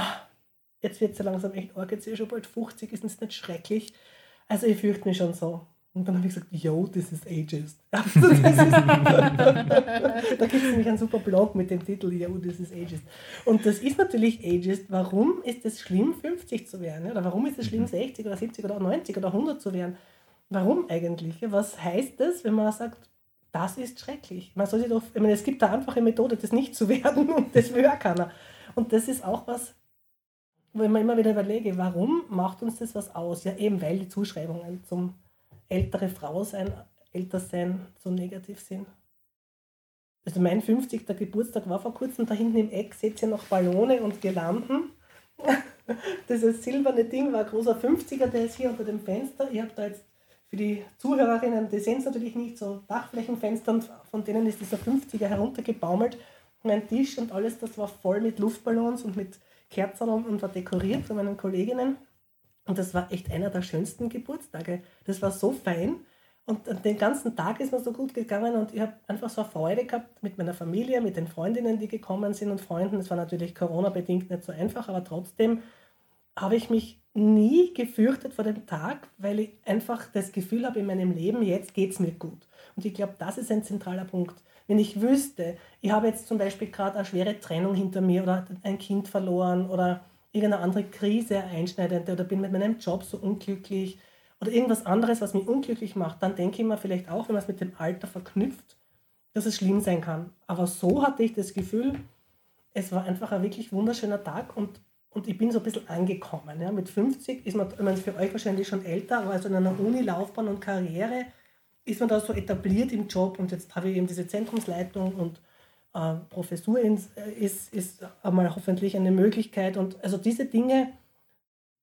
Speaker 3: jetzt wird es ja langsam echt arg, jetzt ist schon bald fünfzig, ist es nicht schrecklich? Also ich fürchte mich schon so. Und dann habe ich gesagt, yo, this is ageist. Also das ist da gibt es nämlich einen super Blog mit dem Titel, yo, this is ageist. Und das ist natürlich ageist. Warum ist es schlimm, fünfzig zu werden? Oder warum ist es schlimm, sechzig oder siebzig oder neunzig oder hundert zu werden? Warum eigentlich? Was heißt das, wenn man sagt, das ist schrecklich? Man soll sich doch, ich meine, es gibt eine einfache Methode, das nicht zu werden und das will auch keiner. Und das ist auch was, wo ich mir immer wieder überlege, warum macht uns das was aus? Ja, eben weil die Zuschreibungen zum ältere Frau sein, älter sein so negativ sind. Also mein fünfzigster Geburtstag war vor kurzem, da hinten im Eck seht ihr noch Ballone und Girlanden. Dieses silberne Ding war ein großer fünfziger, der ist hier unter dem Fenster. Ich habe da jetzt für die Zuhörerinnen, die sehen es natürlich nicht, so Dachflächenfenster und von denen ist dieser fünfziger heruntergebaumelt. Mein Tisch und alles, das war voll mit Luftballons und mit Kerzen und war dekoriert von meinen Kolleginnen. Und das war echt einer der schönsten Geburtstage. Das war so fein und den ganzen Tag ist mir so gut gegangen und ich habe einfach so eine Freude gehabt mit meiner Familie, mit den Freundinnen, die gekommen sind und Freunden. Es war natürlich Corona-bedingt nicht so einfach, aber trotzdem habe ich mich nie gefürchtet vor dem Tag, weil ich einfach das Gefühl habe in meinem Leben, jetzt geht es mir gut. Und ich glaube, das ist ein zentraler Punkt. Wenn ich wüsste, ich habe jetzt zum Beispiel gerade eine schwere Trennung hinter mir oder ein Kind verloren oder irgendeine andere Krise einschneidende oder bin mit meinem Job so unglücklich oder irgendwas anderes, was mich unglücklich macht, dann denke ich mir vielleicht auch, wenn man es mit dem Alter verknüpft, dass es schlimm sein kann. Aber so hatte ich das Gefühl, es war einfach ein wirklich wunderschöner Tag und, und ich bin so ein bisschen angekommen. Ja. Mit fünfzig ist man, ich meine, für euch wahrscheinlich schon älter, aber also in einer Uni-Laufbahn und Karriere ist man da so etabliert im Job und jetzt habe ich eben diese Zentrumsleitung und Äh, Professur ins, äh, ist, ist einmal hoffentlich eine Möglichkeit und also diese Dinge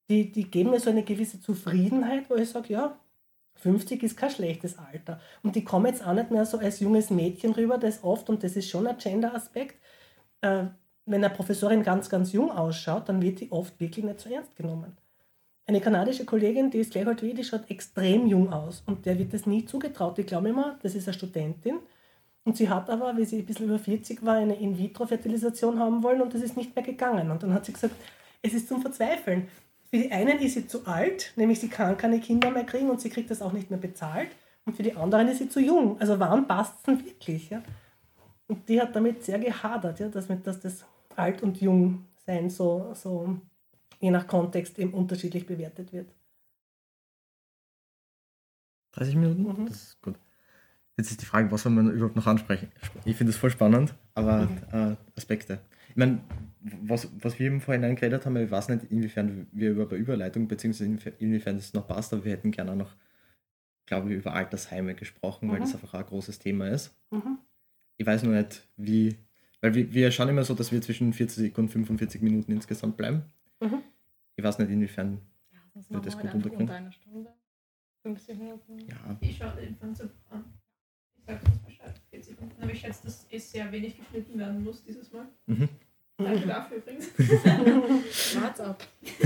Speaker 3: die, die geben mir so eine gewisse Zufriedenheit, wo ich sage, ja, fünfzig ist kein schlechtes Alter. Und die kommen jetzt auch nicht mehr so als junges Mädchen rüber, das oft, und das ist schon ein Gender-Aspekt, äh, wenn eine Professorin ganz, ganz jung ausschaut, dann wird die oft wirklich nicht so ernst genommen. Eine kanadische Kollegin, die ist gleich alt wie ich, die schaut extrem jung aus und der wird das nie zugetraut. Ich glaube immer, das ist eine Studentin und sie hat aber, wie sie ein bisschen über vierzig war, eine In-vitro-Fertilisation haben wollen und das ist nicht mehr gegangen. Und dann hat sie gesagt, es ist zum Verzweifeln. Für die einen ist sie zu alt, nämlich sie kann keine Kinder mehr kriegen und sie kriegt das auch nicht mehr bezahlt. Und für die anderen ist sie zu jung. Also wann passt es denn wirklich? Ja? Und die hat damit sehr gehadert, ja, dass, mit, dass das Alt- und Jungsein so, so je nach Kontext eben unterschiedlich bewertet wird.
Speaker 2: dreißig Minuten? Mhm. Das ist gut. Jetzt ist die Frage, was soll man überhaupt noch ansprechen? Ich finde das voll spannend, aber mhm. äh, Aspekte. Ich meine, was, was wir eben vorhin geredet haben, ich weiß nicht, inwiefern wir über Überleitung, beziehungsweise inwiefern es noch passt, aber wir hätten gerne auch noch, glaube ich, über Altersheime gesprochen, mhm. weil das einfach auch ein großes Thema ist. Mhm. Ich weiß nur nicht, wie, weil wir, wir schauen immer so, dass wir zwischen vierzig und fünfundvierzig Minuten insgesamt bleiben. Mhm. Ich weiß nicht, inwiefern
Speaker 1: ja, das wir das gut unterkriegen. Unter einer Stunde, fünfzig Minuten.
Speaker 2: Ja.
Speaker 4: Ich schaue den Prinzip an. Ich sage uns Bescheid, vierzig Minuten. Aber ich schätze, dass es sehr wenig geschnitten werden muss dieses Mal. Mhm. Danke dafür übrigens.
Speaker 1: Wart's ab.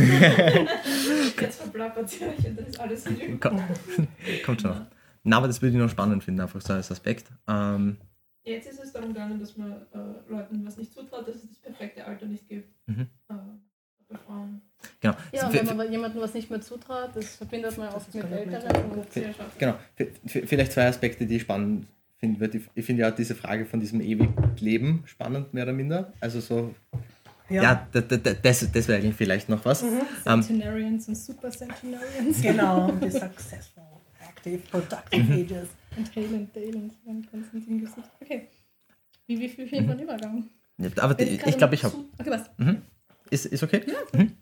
Speaker 4: Jetzt verplappert sie euch und dann ist alles hin.
Speaker 2: Kommt, kommt schon noch. Na, aber das würde ich noch spannend finden, einfach so als Aspekt. Ähm,
Speaker 4: Jetzt ist es darum gegangen, dass man äh, Leuten was nicht zutraut, dass es das perfekte Alter nicht gibt.
Speaker 2: Mhm.
Speaker 4: Äh, bei Frauen.
Speaker 2: Genau.
Speaker 1: Ja, und wenn man jemandem was nicht mehr zutraut, das verbindet man oft mit Älteren.
Speaker 2: Genau. Vielleicht zwei Aspekte, die ich spannend finde. Ich finde ja auch diese Frage von diesem ewigen Leben spannend, mehr oder minder. Also so, ja, ja das, das, das wäre eigentlich vielleicht noch was.
Speaker 1: Mhm. Centenarians um, und Super Centenarians.
Speaker 3: Genau, die Successful, Active, Productive
Speaker 2: mhm.
Speaker 3: Ages.
Speaker 1: Und Halen Dalen. Okay. Wie, wie viel fehlt mhm. von Übergang?
Speaker 2: Ja, aber die, ich glaube, ich habe...
Speaker 1: Okay, was?
Speaker 2: Mhm. Ist, ist okay?
Speaker 1: Ja.
Speaker 2: Mhm.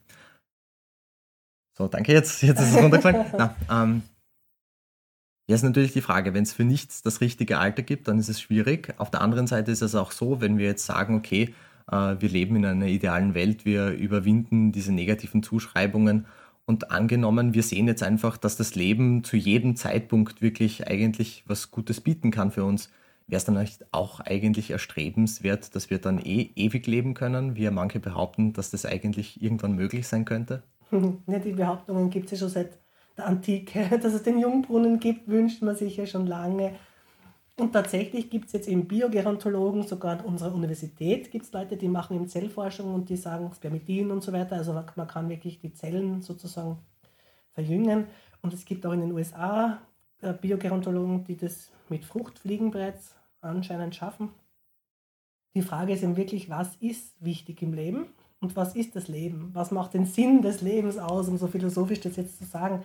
Speaker 2: So, danke, jetzt, jetzt ist es runtergefallen. Na, ähm, ja, ist natürlich die Frage, wenn es für nichts das richtige Alter gibt, dann ist es schwierig. Auf der anderen Seite ist es auch so, wenn wir jetzt sagen, okay, äh, wir leben in einer idealen Welt, wir überwinden diese negativen Zuschreibungen und angenommen, wir sehen jetzt einfach, dass das Leben zu jedem Zeitpunkt wirklich eigentlich was Gutes bieten kann für uns. Wäre es dann auch eigentlich erstrebenswert, dass wir dann eh ewig leben können, wie ja manche behaupten, dass das eigentlich irgendwann möglich sein könnte?
Speaker 3: Ja, die Behauptungen gibt es ja schon seit der Antike. Dass es den Jungbrunnen gibt, wünscht man sich ja schon lange. Und tatsächlich gibt es jetzt eben Biogerontologen, sogar an unserer Universität gibt es Leute, die machen eben Zellforschung und die sagen Spermidin und so weiter. Also man kann wirklich die Zellen sozusagen verjüngen. Und es gibt auch in den U S A Biogerontologen, die das mit Fruchtfliegen bereits anscheinend schaffen. Die Frage ist eben wirklich, was ist wichtig im Leben und was ist das Leben? Was macht den Sinn des Lebens aus, um so philosophisch das jetzt zu sagen?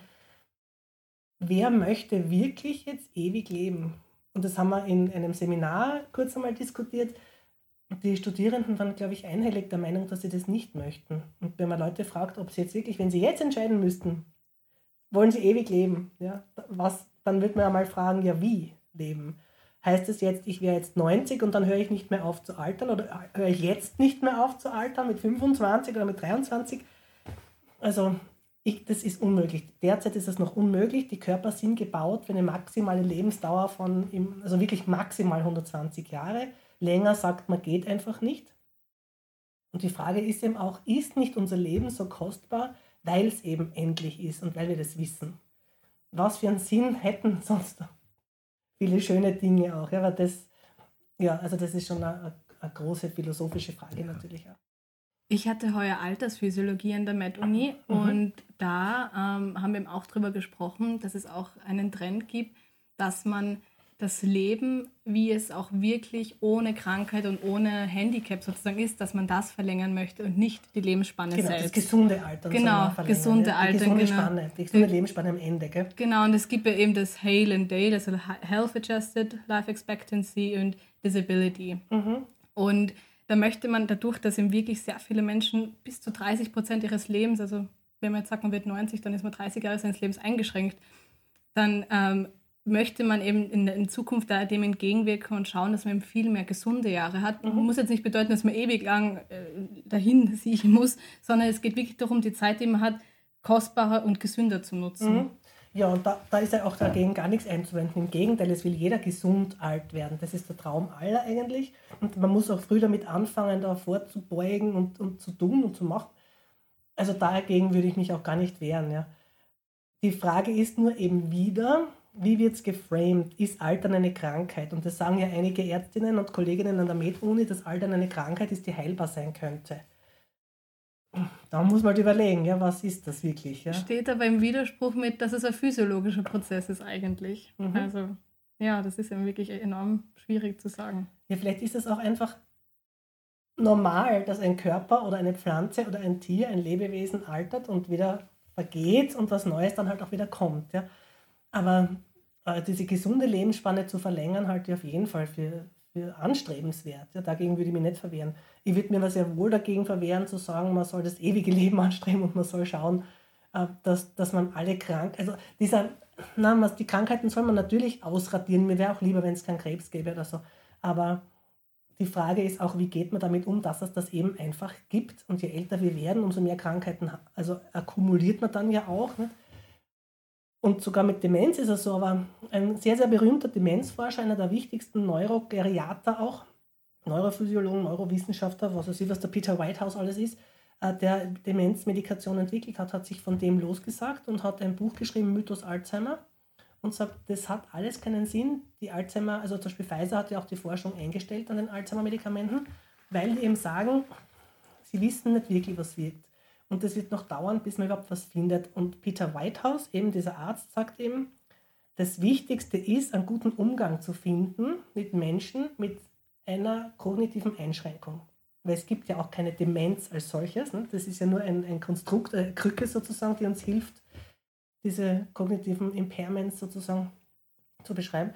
Speaker 3: Wer möchte wirklich jetzt ewig leben? Und das haben wir in einem Seminar kurz einmal diskutiert. Die Studierenden waren, glaube ich, einhellig der Meinung, dass sie das nicht möchten. Und wenn man Leute fragt, ob sie jetzt wirklich, wenn sie jetzt entscheiden müssten, wollen sie ewig leben, ja, was, dann wird man einmal fragen, ja, wie leben? Heißt es jetzt, ich wäre jetzt neunzig und dann höre ich nicht mehr auf zu altern oder höre ich jetzt nicht mehr auf zu altern mit fünfundzwanzig oder mit dreiundzwanzig? Also ich, das ist unmöglich. Derzeit ist es noch unmöglich. Die Körper sind gebaut für eine maximale Lebensdauer von, also wirklich maximal hundertzwanzig Jahre. Länger sagt man, geht einfach nicht. Und die Frage ist eben auch, ist nicht unser Leben so kostbar, weil es eben endlich ist und weil wir das wissen? Was für einen Sinn hätten sonst viele schöne Dinge auch? Ja, aber das, ja, also das ist schon eine, eine große philosophische Frage natürlich auch.
Speaker 1: Ich hatte heuer Altersphysiologie an der Med-Uni mhm. und da ähm, haben wir eben auch darüber gesprochen, dass es auch einen Trend gibt, dass man das Leben, wie es auch wirklich ohne Krankheit und ohne Handicap sozusagen ist, dass man das verlängern möchte und nicht die Lebensspanne
Speaker 3: genau,
Speaker 1: selbst.
Speaker 3: Das gesunde Alter.
Speaker 1: Genau, gesunde
Speaker 3: ja.
Speaker 1: Alter.
Speaker 3: Die gesunde
Speaker 1: genau.
Speaker 3: Spanne, die gesunde Lebensspanne am Ende. Gell?
Speaker 1: Genau, und es gibt ja eben das Hale and Dale, also Health Adjusted Life Expectancy und Disability. Mhm. Und da möchte man dadurch, dass eben wirklich sehr viele Menschen bis zu dreißig Prozent ihres Lebens, also wenn man jetzt sagt, man wird neunzig, dann ist man dreißig Jahre seines Lebens eingeschränkt, dann ähm, möchte man eben in, in Zukunft da dem entgegenwirken und schauen, dass man eben viel mehr gesunde Jahre hat. Mhm. Muss jetzt nicht bedeuten, dass man ewig lang äh, dahin siechen muss, sondern es geht wirklich darum, die Zeit, die man hat, kostbarer und gesünder zu nutzen.
Speaker 3: Mhm. Ja, und da, da ist ja auch dagegen gar nichts einzuwenden. Im Gegenteil, es will jeder gesund alt werden. Das ist der Traum aller eigentlich. Und man muss auch früh damit anfangen, da vorzubeugen und, und zu tun und zu machen. Also dagegen würde ich mich auch gar nicht wehren. Ja. Die Frage ist nur eben wieder, wie wird es geframed? Ist Altern eine Krankheit? Und das sagen ja einige Ärztinnen und Kolleginnen an der Med-Uni, dass Altern eine Krankheit ist, die heilbar sein könnte. Da muss man halt überlegen, ja, was ist das wirklich? Ja?
Speaker 1: Steht aber im Widerspruch mit, dass es ein physiologischer Prozess ist eigentlich. Mhm. Also ja, das ist ja wirklich enorm schwierig zu sagen.
Speaker 3: Ja, vielleicht ist es auch einfach normal, dass ein Körper oder eine Pflanze oder ein Tier, ein Lebewesen altert und wieder vergeht und was Neues dann halt auch wieder kommt. Ja? Aber äh, diese gesunde Lebensspanne zu verlängern, halte ich auf jeden Fall für, für anstrebenswert. Ja? Dagegen würde ich mich nicht verwehren. Ich würde mir aber sehr wohl dagegen verwehren, zu sagen, man soll das ewige Leben anstreben und man soll schauen, äh, dass, dass man alle krank... Also dieser, na, die Krankheiten soll man natürlich ausradieren. Mir wäre auch lieber, wenn es keinen Krebs gäbe oder so. Aber die Frage ist auch, wie geht man damit um, dass es das eben einfach gibt. Und je älter wir werden, umso mehr Krankheiten, also akkumuliert man dann ja auch. Nicht? Und sogar mit Demenz ist es so, aber ein sehr, sehr berühmter Demenzforscher, einer der wichtigsten Neurogeriater auch, Neurophysiologen, Neurowissenschaftler, was weiß ich, was der Peter Whitehouse alles ist, der Demenzmedikation entwickelt hat, hat sich von dem losgesagt und hat ein Buch geschrieben, Mythos Alzheimer, und sagt, das hat alles keinen Sinn. Die Alzheimer, also zum Beispiel Pfizer hat ja auch die Forschung eingestellt an den Alzheimer-Medikamenten, weil die eben sagen, sie wissen nicht wirklich, was wirkt. Und das wird noch dauern, bis man überhaupt was findet. Und Peter Whitehouse, eben dieser Arzt, sagt eben, das Wichtigste ist, einen guten Umgang zu finden mit Menschen mit einer kognitiven Einschränkung. Weil es gibt ja auch keine Demenz als solches. Ne? Das ist ja nur ein, ein Konstrukt, eine Krücke sozusagen, die uns hilft, diese kognitiven Impairments sozusagen zu beschreiben.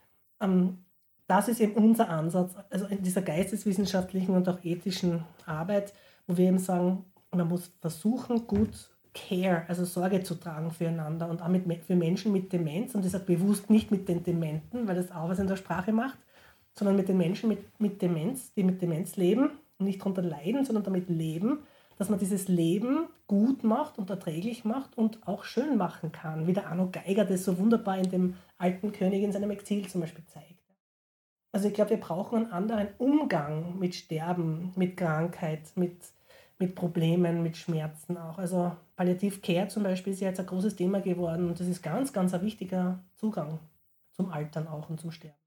Speaker 3: Ähm, das ist eben unser Ansatz, also in dieser geisteswissenschaftlichen und auch ethischen Arbeit, wo wir eben sagen, man muss versuchen, gut Care, also Sorge zu tragen füreinander und auch mit, für Menschen mit Demenz, und das hat bewusst nicht mit den Dementen, weil das auch was in der Sprache macht, sondern mit den Menschen mit, mit Demenz, die mit Demenz leben und nicht darunter leiden, sondern damit leben, dass man dieses Leben gut macht und erträglich macht und auch schön machen kann, wie der Arno Geiger das so wunderbar in dem Alten König in seinem Exil zum Beispiel zeigt. Also ich glaube, wir brauchen einen anderen Umgang mit Sterben, mit Krankheit, mit, mit Problemen, mit Schmerzen auch. Also Palliative Care zum Beispiel ist ja jetzt ein großes Thema geworden und das ist ganz, ganz ein wichtiger Zugang zum Altern auch und zum Sterben.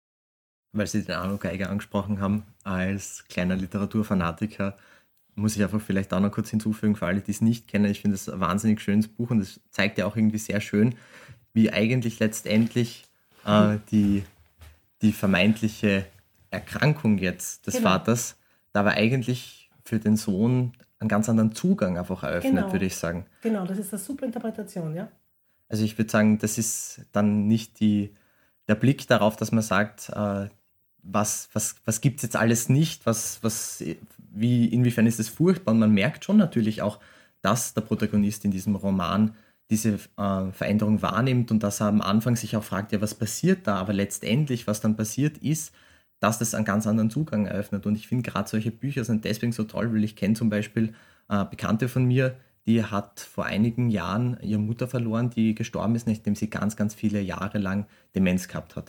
Speaker 2: Weil Sie den Arno Geiger angesprochen haben, als kleiner Literaturfanatiker, muss ich einfach vielleicht auch noch kurz hinzufügen, für alle, die es nicht kennen. Ich finde es ein wahnsinnig schönes Buch und es zeigt ja auch irgendwie sehr schön, wie eigentlich letztendlich äh, die, die vermeintliche Erkrankung jetzt des genau. Vaters, da aber eigentlich für den Sohn einen ganz anderen Zugang einfach eröffnet, genau. würde ich sagen.
Speaker 3: Genau, das ist eine super Interpretation, ja.
Speaker 2: Also ich würde sagen, das ist dann nicht die, der Blick darauf, dass man sagt, äh, was, was, was gibt es jetzt alles nicht, was, was, wie, inwiefern ist es furchtbar. Und man merkt schon natürlich auch, dass der Protagonist in diesem Roman diese äh, Veränderung wahrnimmt und dass er am Anfang sich auch fragt, ja, was passiert da? Aber letztendlich, was dann passiert ist, dass das einen ganz anderen Zugang eröffnet. Und ich finde, gerade solche Bücher sind deswegen so toll, weil ich kenne zum Beispiel äh, Bekannte von mir, die hat vor einigen Jahren ihre Mutter verloren, die gestorben ist, nachdem sie ganz, ganz viele Jahre lang Demenz gehabt hat.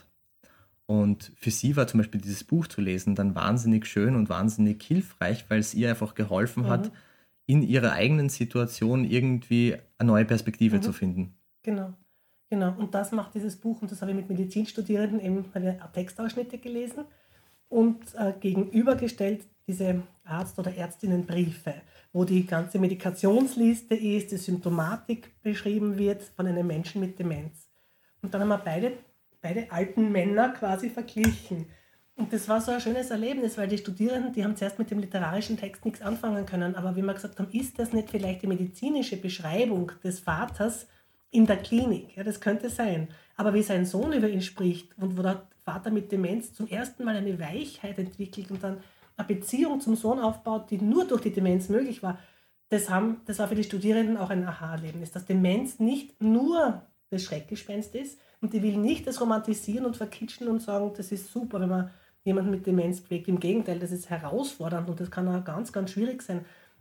Speaker 2: Und für sie war zum Beispiel dieses Buch zu lesen dann wahnsinnig schön und wahnsinnig hilfreich, weil es ihr einfach geholfen mhm. hat, in ihrer eigenen Situation irgendwie eine neue Perspektive mhm. zu finden.
Speaker 3: Genau, genau. Und das macht dieses Buch, und das habe ich mit Medizinstudierenden eben, habe ich Textausschnitte gelesen und äh, gegenübergestellt diese Arzt- oder Ärztinnenbriefe, wo die ganze Medikationsliste ist, die Symptomatik beschrieben wird von einem Menschen mit Demenz. Und dann haben wir beide beide alten Männer quasi verglichen. Und das war so ein schönes Erlebnis, weil die Studierenden, die haben zuerst mit dem literarischen Text nichts anfangen können, aber wie wir gesagt haben, ist das nicht vielleicht die medizinische Beschreibung des Vaters in der Klinik? Ja, das könnte sein. Aber wie sein Sohn über ihn spricht und wo der Vater mit Demenz zum ersten Mal eine Weichheit entwickelt und dann eine Beziehung zum Sohn aufbaut, die nur durch die Demenz möglich war, das, haben, das war für die Studierenden auch ein Aha-Erlebnis, dass Demenz nicht nur das Schreckgespenst ist, und die will nicht das romantisieren und verkitschen und sagen, das ist super, wenn man jemanden mit Demenz pflegt. Im Gegenteil, das ist herausfordernd und das kann auch ganz, ganz schwierig sein.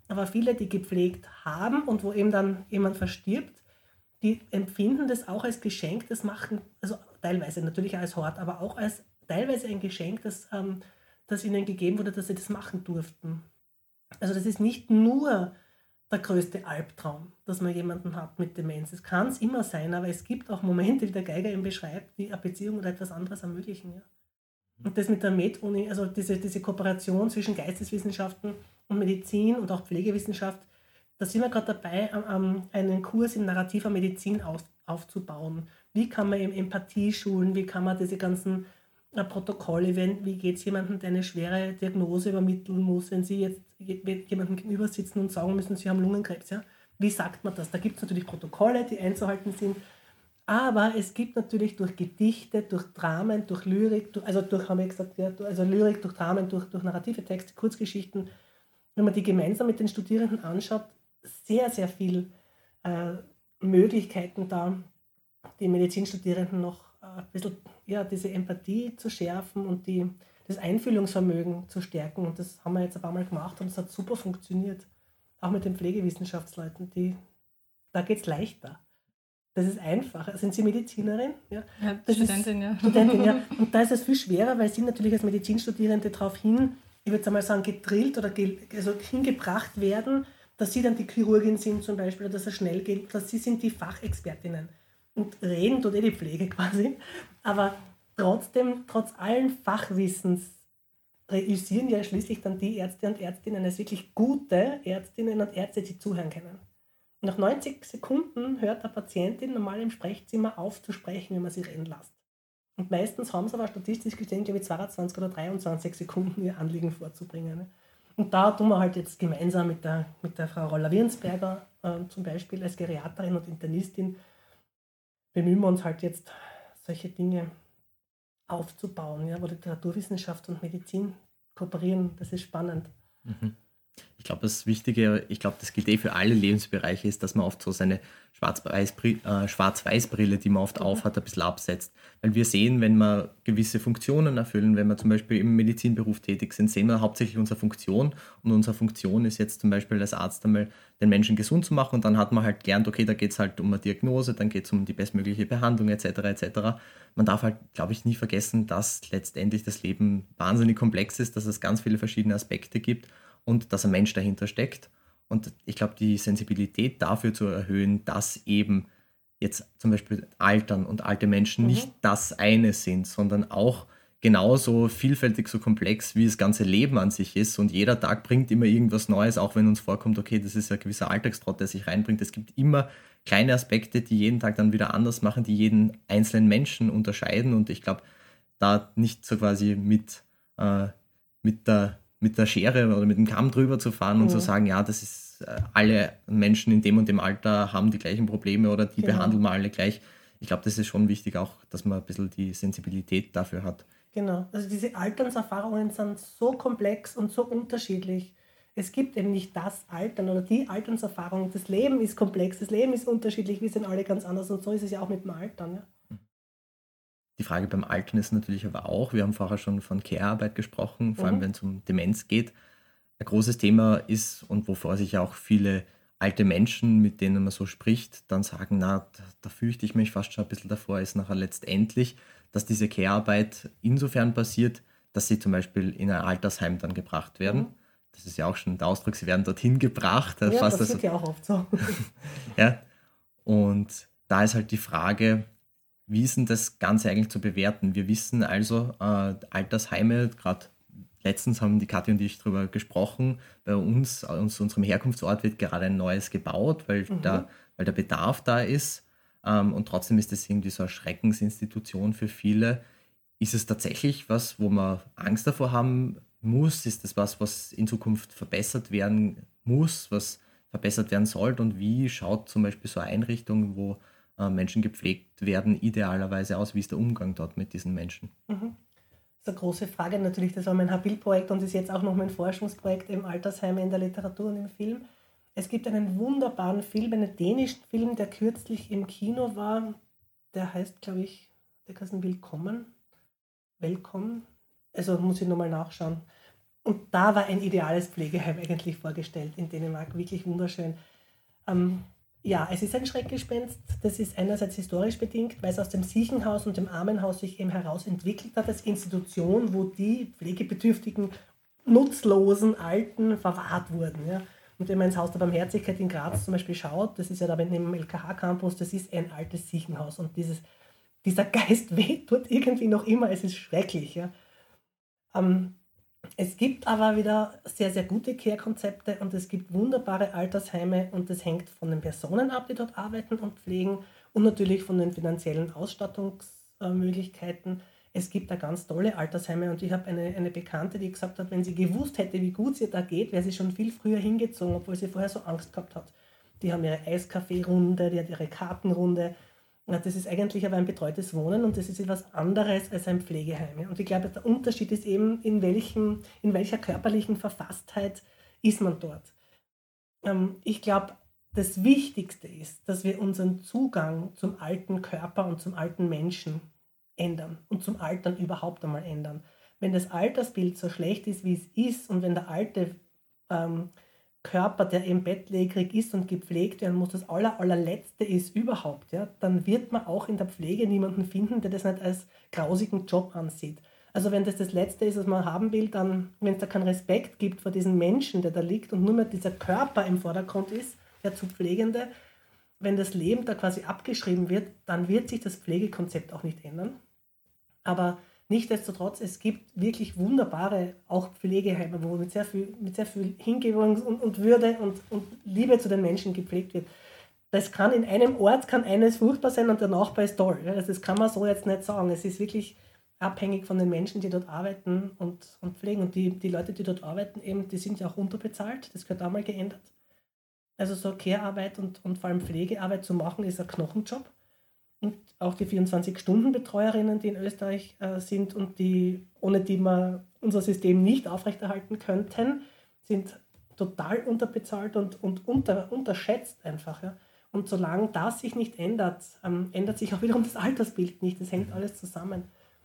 Speaker 3: Aber viele, die gepflegt haben und wo eben dann jemand verstirbt, die empfinden das auch als Geschenk, das machen, also teilweise natürlich als Hort, aber auch als teilweise ein Geschenk, das, ähm, das ihnen gegeben wurde, dass sie das machen durften. Also das ist nicht nur der größte Albtraum, dass man jemanden hat mit Demenz. Es kann es immer sein, aber es gibt auch Momente, wie der Geiger eben beschreibt, die eine Beziehung oder etwas anderes ermöglichen. Ja. Und das mit der Med-Uni, also diese, diese Kooperation zwischen Geisteswissenschaften und Medizin und auch Pflegewissenschaft, da sind wir gerade dabei, einen Kurs in narrativer Medizin auf, aufzubauen. Wie kann man eben Empathie schulen, wie kann man diese ganzen äh, Protokolle, wenn, wie geht es jemandem, der eine schwere Diagnose übermitteln muss, wenn Sie jetzt jemandem gegenüber sitzen und sagen müssen, Sie haben Lungenkrebs. Ja? Wie sagt man das? Da gibt es natürlich Protokolle, die einzuhalten sind, aber es gibt natürlich durch Gedichte, durch Dramen, durch Lyrik, durch, also durch, haben wir gesagt, ja, also Lyrik, durch Dramen, durch, durch narrative Texte, Kurzgeschichten, wenn man die gemeinsam mit den Studierenden anschaut, sehr, sehr viel äh, Möglichkeiten da, die Medizinstudierenden noch äh, ein bisschen ja, diese Empathie zu schärfen und die, das Einfühlungsvermögen zu stärken. Und das haben wir jetzt ein paar Mal gemacht und es hat super funktioniert. Auch mit den Pflegewissenschaftsleuten, die, da geht es leichter. Das ist einfacher. Sind Sie Medizinerin? Ja,
Speaker 1: ja
Speaker 3: das
Speaker 1: Studentin,
Speaker 3: ist,
Speaker 1: ja.
Speaker 3: Studentin, ja. Und da ist es viel schwerer, weil Sie natürlich als Medizinstudierende darauf hin, ich würde einmal sagen, gedrillt oder ge, also hingebracht werden, dass Sie dann die Chirurgin sind zum Beispiel, oder dass es schnell geht, dass Sie sind die Fachexpertinnen. Und reden tut eh die Pflege quasi. Aber trotzdem, trotz allen Fachwissens, reüssieren ja schließlich dann die Ärzte und Ärztinnen als wirklich gute Ärztinnen und Ärzte, die zuhören können. Und nach neunzig Sekunden hört eine Patientin normal im Sprechzimmer auf zu sprechen, wenn man sie reden lässt. Und meistens haben sie aber statistisch gesehen, glaube ich, zweiundzwanzig oder dreiundzwanzig Sekunden ihr Anliegen vorzubringen. Und da tun wir halt jetzt gemeinsam mit der, mit der Frau Roller-Wirnsberger äh, zum Beispiel als Geriaterin und Internistin, bemühen wir uns halt jetzt, solche Dinge aufzubauen, ja, wo Literaturwissenschaft und Medizin kooperieren. Das ist spannend.
Speaker 2: Mhm. Ich glaube, das Wichtige, ich glaube, das gilt eh für alle Lebensbereiche, ist, dass man oft so seine Schwarz-Weiß-Brille, äh, Schwarz-Weiß-Brille, die man oft mhm. aufhat, ein bisschen absetzt. Weil wir sehen, wenn wir gewisse Funktionen erfüllen, wenn wir zum Beispiel im Medizinberuf tätig sind, sehen wir hauptsächlich unsere Funktion. Und unsere Funktion ist jetzt zum Beispiel als Arzt einmal den Menschen gesund zu machen. Und dann hat man halt gelernt, okay, da geht es halt um eine Diagnose, dann geht es um die bestmögliche Behandlung et cetera et cetera. Man darf halt, glaube ich, nie vergessen, dass letztendlich das Leben wahnsinnig komplex ist, dass es ganz viele verschiedene Aspekte gibt. Und dass ein Mensch dahinter steckt. Und ich glaube, die Sensibilität dafür zu erhöhen, dass eben jetzt zum Beispiel Altern und alte Menschen mhm. nicht das eine sind, sondern auch genauso vielfältig, so komplex, wie das ganze Leben an sich ist. Und jeder Tag bringt immer irgendwas Neues, auch wenn uns vorkommt, okay, das ist ein gewisser Alltagstrott, der sich reinbringt. Es gibt immer kleine Aspekte, die jeden Tag dann wieder anders machen, die jeden einzelnen Menschen unterscheiden. Und ich glaube, da nicht so quasi mit, äh, mit der mit der Schere oder mit dem Kamm drüber zu fahren und mhm. zu sagen, ja, das ist, äh, alle Menschen in dem und dem Alter haben die gleichen Probleme oder die genau. behandeln wir alle gleich. Ich glaube, das ist schon wichtig auch, dass man ein bisschen die Sensibilität dafür hat.
Speaker 3: Genau, also diese Alterserfahrungen sind so komplex und so unterschiedlich. Es gibt eben nicht das Altern oder die Alterserfahrung. Das Leben ist komplex, das Leben ist unterschiedlich, wir sind alle ganz anders und so ist es ja auch mit dem Altern. Ja?
Speaker 2: Die Frage beim Altern ist natürlich aber auch, wir haben vorher schon von Care-Arbeit gesprochen, vor allem
Speaker 3: mhm.
Speaker 2: wenn es um Demenz geht. Ein großes Thema ist und wovor sich auch viele alte Menschen, mit denen man so spricht, dann sagen, na, da, da fürchte ich mich fast schon ein bisschen davor, ist nachher letztendlich, dass diese Care-Arbeit insofern passiert, dass sie zum Beispiel in ein Altersheim dann gebracht werden. Mhm. Das ist ja auch schon der Ausdruck, sie werden dorthin gebracht.
Speaker 3: Ja,
Speaker 2: fast
Speaker 3: das wird ja auch oft so.
Speaker 2: Ja, und da ist halt die Frage, wie ist denn das Ganze eigentlich zu bewerten? Wir wissen also, äh, Altersheime, gerade letztens haben die Kathi und ich darüber gesprochen, bei uns, aus unserem Herkunftsort wird gerade ein neues gebaut, weil, mhm. da, weil der Bedarf da ist. Ähm, und trotzdem ist das irgendwie so eine Schreckensinstitution für viele. Ist es tatsächlich was, wo man Angst davor haben muss? Ist das was, was in Zukunft verbessert werden muss, was verbessert werden sollte? Und wie schaut zum Beispiel so eine Einrichtung, wo Menschen gepflegt werden, idealerweise aus? Wie ist der Umgang dort mit diesen Menschen?
Speaker 3: Mhm. Das ist eine große Frage natürlich. Das war mein Habil-Projekt und ist jetzt auch noch mein Forschungsprojekt im Altersheim, in der Literatur und im Film. Es gibt einen wunderbaren Film, einen dänischen Film, der kürzlich im Kino war. Der heißt, glaube ich, der heißt Willkommen. Willkommen. Also muss ich nochmal nachschauen. und da war ein ideales Pflegeheim eigentlich vorgestellt in Dänemark, wirklich wunderschön. Ähm, ja, es ist ein Schreckgespenst, das ist einerseits historisch bedingt, weil es aus dem Siechenhaus und dem Armenhaus sich eben heraus entwickelt hat als Institution, wo die pflegebedürftigen, nutzlosen Alten verwahrt wurden. Ja. Und wenn man ins Haus der Barmherzigkeit in Graz zum Beispiel schaut, das ist ja da neben dem L K H-Campus, das ist ein altes Siechenhaus und dieses, dieser Geist weht dort irgendwie noch immer, es ist schrecklich. Ja. Ähm, Es gibt aber wieder sehr, sehr gute Care-Konzepte und es gibt wunderbare Altersheime und das hängt von den Personen ab, die dort arbeiten und pflegen und natürlich von den finanziellen Ausstattungsmöglichkeiten. Es gibt da ganz tolle Altersheime und ich habe eine, eine Bekannte, die gesagt hat, wenn sie gewusst hätte, wie gut es ihr da geht, wäre sie schon viel früher hingezogen, obwohl sie vorher so Angst gehabt hat. Die haben ihre Eiskaffee-Runde, die hat ihre Kartenrunde. Das ist eigentlich aber ein betreutes Wohnen und das ist etwas anderes als ein Pflegeheim. Und ich glaube, der Unterschied ist eben, in, welchem, in welcher körperlichen Verfasstheit ist man dort. Ich glaube, das Wichtigste ist, dass wir unseren Zugang zum alten Körper und zum alten Menschen ändern und zum Altern überhaupt einmal ändern. Wenn das Altersbild so schlecht ist, wie es ist und wenn der alte ähm, Körper, der im Bett legrig ist und gepflegt werden muss, das aller, allerletzte ist überhaupt, ja, dann wird man auch in der Pflege niemanden finden, der das nicht als grausigen Job ansieht. Also wenn das das Letzte ist, was man haben will, dann, wenn es da keinen Respekt gibt vor diesem Menschen, der da liegt und nur mehr dieser Körper im Vordergrund ist, der zu Pflegende, wenn das Leben da quasi abgeschrieben wird, dann wird sich das Pflegekonzept auch nicht ändern. Aber nichtsdestotrotz, es gibt wirklich wunderbare auch Pflegeheime, wo mit sehr viel, mit sehr viel Hingebung und, und Würde und, und Liebe zu den Menschen gepflegt wird. Das kann in einem Ort, kann eines furchtbar sein und der Nachbar ist toll. Also das kann man so jetzt nicht sagen. Es ist wirklich abhängig von den Menschen, die dort arbeiten und, und pflegen. Und die, die Leute, die dort arbeiten, eben, die sind ja auch unterbezahlt. Das gehört auch mal geändert. Also so Care-Arbeit und, und vor allem Pflegearbeit zu machen, ist ein Knochenjob. Und auch die vierundzwanzig-Stunden-Betreuerinnen, die in Österreich äh, sind und die, ohne die wir unser System nicht aufrechterhalten könnten, sind total unterbezahlt und, und unter, unterschätzt einfach. Ja. Und solange das sich nicht ändert, ähm, ändert sich auch wiederum das Altersbild nicht. Das hängt alles zusammen.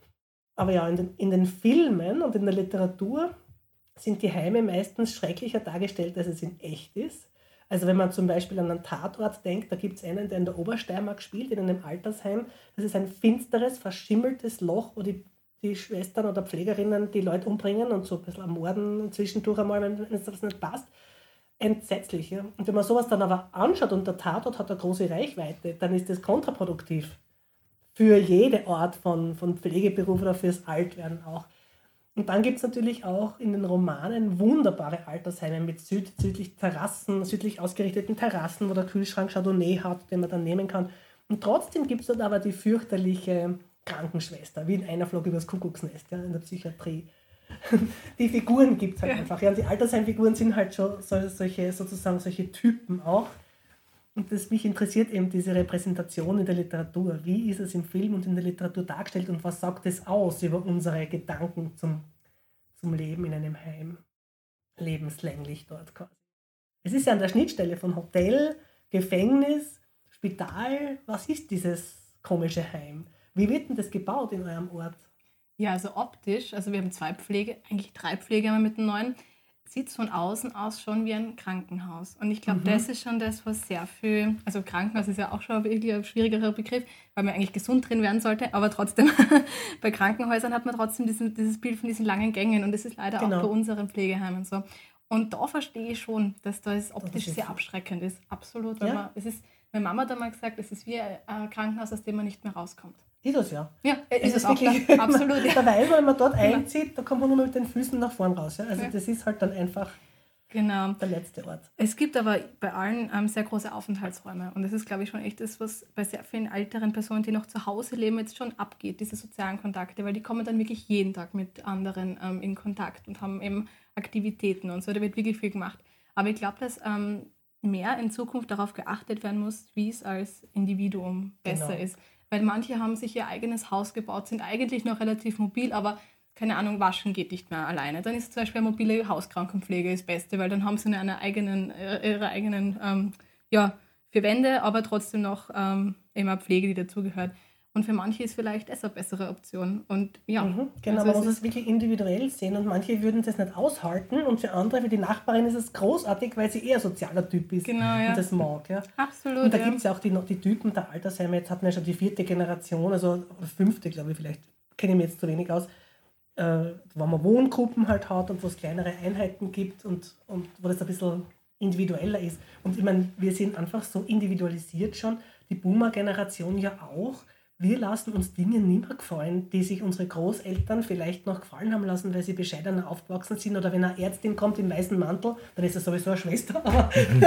Speaker 3: Aber ja, in den, in den Filmen und in der Literatur sind die Heime meistens schrecklicher dargestellt, als es in echt ist. Also wenn man zum Beispiel an einen Tatort denkt, da gibt es einen, der in der Obersteiermark spielt, in einem Altersheim. Das ist ein finsteres, verschimmeltes Loch, wo die, die Schwestern oder Pflegerinnen die Leute umbringen und so ein bisschen ermorden zwischendurch einmal, wenn, wenn es das nicht passt. Entsetzlich. Ja? Und wenn man sowas dann aber anschaut und der Tatort hat eine große Reichweite, dann ist das kontraproduktiv für jede Art von, von Pflegeberuf oder fürs Altwerden auch. Und dann gibt es natürlich auch in den Romanen wunderbare Altersheime mit süd, südlich Terrassen, südlich ausgerichteten Terrassen, wo der Kühlschrank Chardonnay hat, den man dann nehmen kann. Und trotzdem gibt es dort aber die fürchterliche Krankenschwester, wie in Einer flog übers Kuckucksnest, ja, in der Psychiatrie. Die Figuren gibt es halt ja. einfach. Ja, und die Altersheimfiguren sind halt schon so, solche, sozusagen solche Typen auch. Und das mich interessiert eben diese Repräsentation in der Literatur. Wie ist es im Film und in der Literatur dargestellt und was sagt es aus über unsere Gedanken zum, zum Leben in einem Heim? Lebenslänglich dort quasi. Es ist ja an der Schnittstelle von Hotel, Gefängnis, Spital. Was ist dieses komische Heim? Wie wird denn das gebaut in eurem Ort?
Speaker 1: Ja, also optisch, also wir haben zwei Pflege, eigentlich drei Pflegeheime mit dem neuen, sieht es von außen aus schon wie ein Krankenhaus. Und ich glaube, mhm. das ist schon das, was sehr viel, also Krankenhaus ist ja auch schon wirklich ein schwierigerer Begriff, weil man eigentlich gesund drin werden sollte, aber trotzdem, bei Krankenhäusern hat man trotzdem diesen, dieses Bild von diesen langen Gängen und das ist leider genau. auch bei unseren Pflegeheimen so. Und da verstehe ich schon, dass das optisch das sehr abschreckend ist. Absolut. Weil ja. man, es ist, meine Mama hat einmal gesagt, es ist wie ein Krankenhaus, aus dem man nicht mehr rauskommt.
Speaker 3: Ist das ja.
Speaker 1: Ja, ist es,
Speaker 3: es
Speaker 1: auch
Speaker 3: wirklich,
Speaker 1: da. Absolut. Ja.
Speaker 3: Der Weil, wenn man dort einzieht, da kommt man nur mit den Füßen nach vorn raus. Ja? Also ja. das ist halt dann einfach genau. der letzte Ort.
Speaker 1: Es gibt aber bei allen ähm, sehr große Aufenthaltsräume. Und das ist, glaube ich, schon echt das, was bei sehr vielen älteren Personen, die noch zu Hause leben, jetzt schon abgeht, diese sozialen Kontakte. Weil die kommen dann wirklich jeden Tag mit anderen ähm, in Kontakt und haben eben Aktivitäten und so. Da wird wirklich viel gemacht. Aber ich glaube, dass ähm, mehr in Zukunft darauf geachtet werden muss, wie es als Individuum besser genau. ist. Weil manche haben sich ihr eigenes Haus gebaut, sind eigentlich noch relativ mobil, aber keine Ahnung, waschen geht nicht mehr alleine. Dann ist zum Beispiel eine mobile Hauskrankenpflege das Beste, weil dann haben sie eine eigenen, ihre eigenen, ähm, ja, vier Wände, aber trotzdem noch ähm, immer Pflege, die dazugehört. Und für manche ist vielleicht das eine bessere Option. Und ja,
Speaker 3: Mhm, genau,
Speaker 1: also
Speaker 3: man
Speaker 1: es
Speaker 3: muss
Speaker 1: ist-
Speaker 3: es wirklich individuell sehen und manche würden das nicht aushalten und für andere, wie die Nachbarin, ist es großartig, weil sie eher ein sozialer Typ ist
Speaker 1: Genau, ja.
Speaker 3: und das mag. Ja.
Speaker 1: absolut.
Speaker 3: Und da
Speaker 1: ja.
Speaker 3: gibt es ja auch die, noch die Typen der Altersheime, jetzt hatten wir schon die vierte Generation, also oder fünfte, glaube ich, vielleicht kenne ich mich jetzt zu wenig aus, äh, wo man Wohngruppen halt hat und wo es kleinere Einheiten gibt und, und wo das ein bisschen individueller ist. Und ich meine, wir sind einfach so individualisiert schon, die Boomer-Generation ja auch. Wir lassen uns Dinge nicht mehr gefallen, die sich unsere Großeltern vielleicht noch gefallen haben lassen, weil sie bescheidener aufgewachsen sind. Oder wenn eine Ärztin kommt im weißen Mantel, dann ist es sowieso eine Schwester. Aber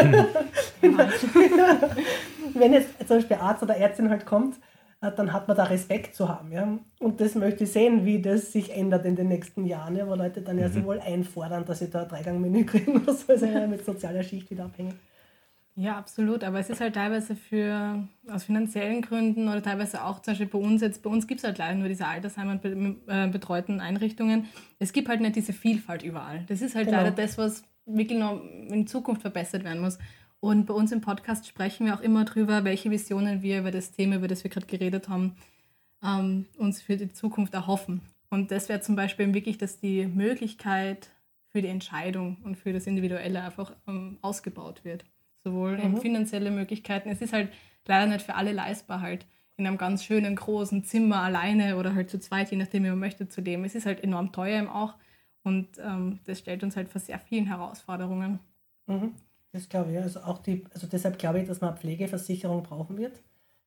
Speaker 3: wenn jetzt zum Beispiel Arzt oder Ärztin halt kommt, äh, dann hat man da Respekt zu haben. Ja? Und das möchte ich sehen, wie das sich ändert in den nächsten Jahren, ja? Wo Leute dann ja
Speaker 2: Mhm.
Speaker 3: sehr wohl einfordern, dass sie da ein Dreigang-Menü kriegen oder so. Also ja mit sozialer Schicht wieder abhängig.
Speaker 1: Ja, absolut. Aber es ist halt teilweise für, aus finanziellen Gründen oder teilweise auch zum Beispiel bei uns jetzt, bei uns gibt es halt leider nur diese Altersheime und be, äh, betreuten Einrichtungen. Es gibt halt nicht diese Vielfalt überall. Das ist halt
Speaker 3: Genau.
Speaker 1: leider das, was wirklich noch in Zukunft verbessert werden muss. Und bei uns im Podcast sprechen wir auch immer drüber, welche Visionen wir über das Thema, über das wir gerade geredet haben, ähm, uns für die Zukunft erhoffen. Und das wäre zum Beispiel wirklich, dass die Möglichkeit für die Entscheidung und für das Individuelle einfach ähm, ausgebaut wird. Sowohl in
Speaker 3: Mhm.
Speaker 1: finanzielle Möglichkeiten. Es ist halt leider nicht für alle leistbar, halt in einem ganz schönen, großen Zimmer alleine oder halt zu zweit, je nachdem, wie man möchte, zu leben. Es ist halt enorm teuer eben auch und ähm, das stellt uns halt vor sehr vielen Herausforderungen.
Speaker 3: Mhm. Das glaube ich. Also auch die, also deshalb glaube ich, dass man eine Pflegeversicherung brauchen wird.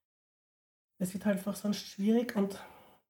Speaker 3: Es wird halt einfach sonst schwierig und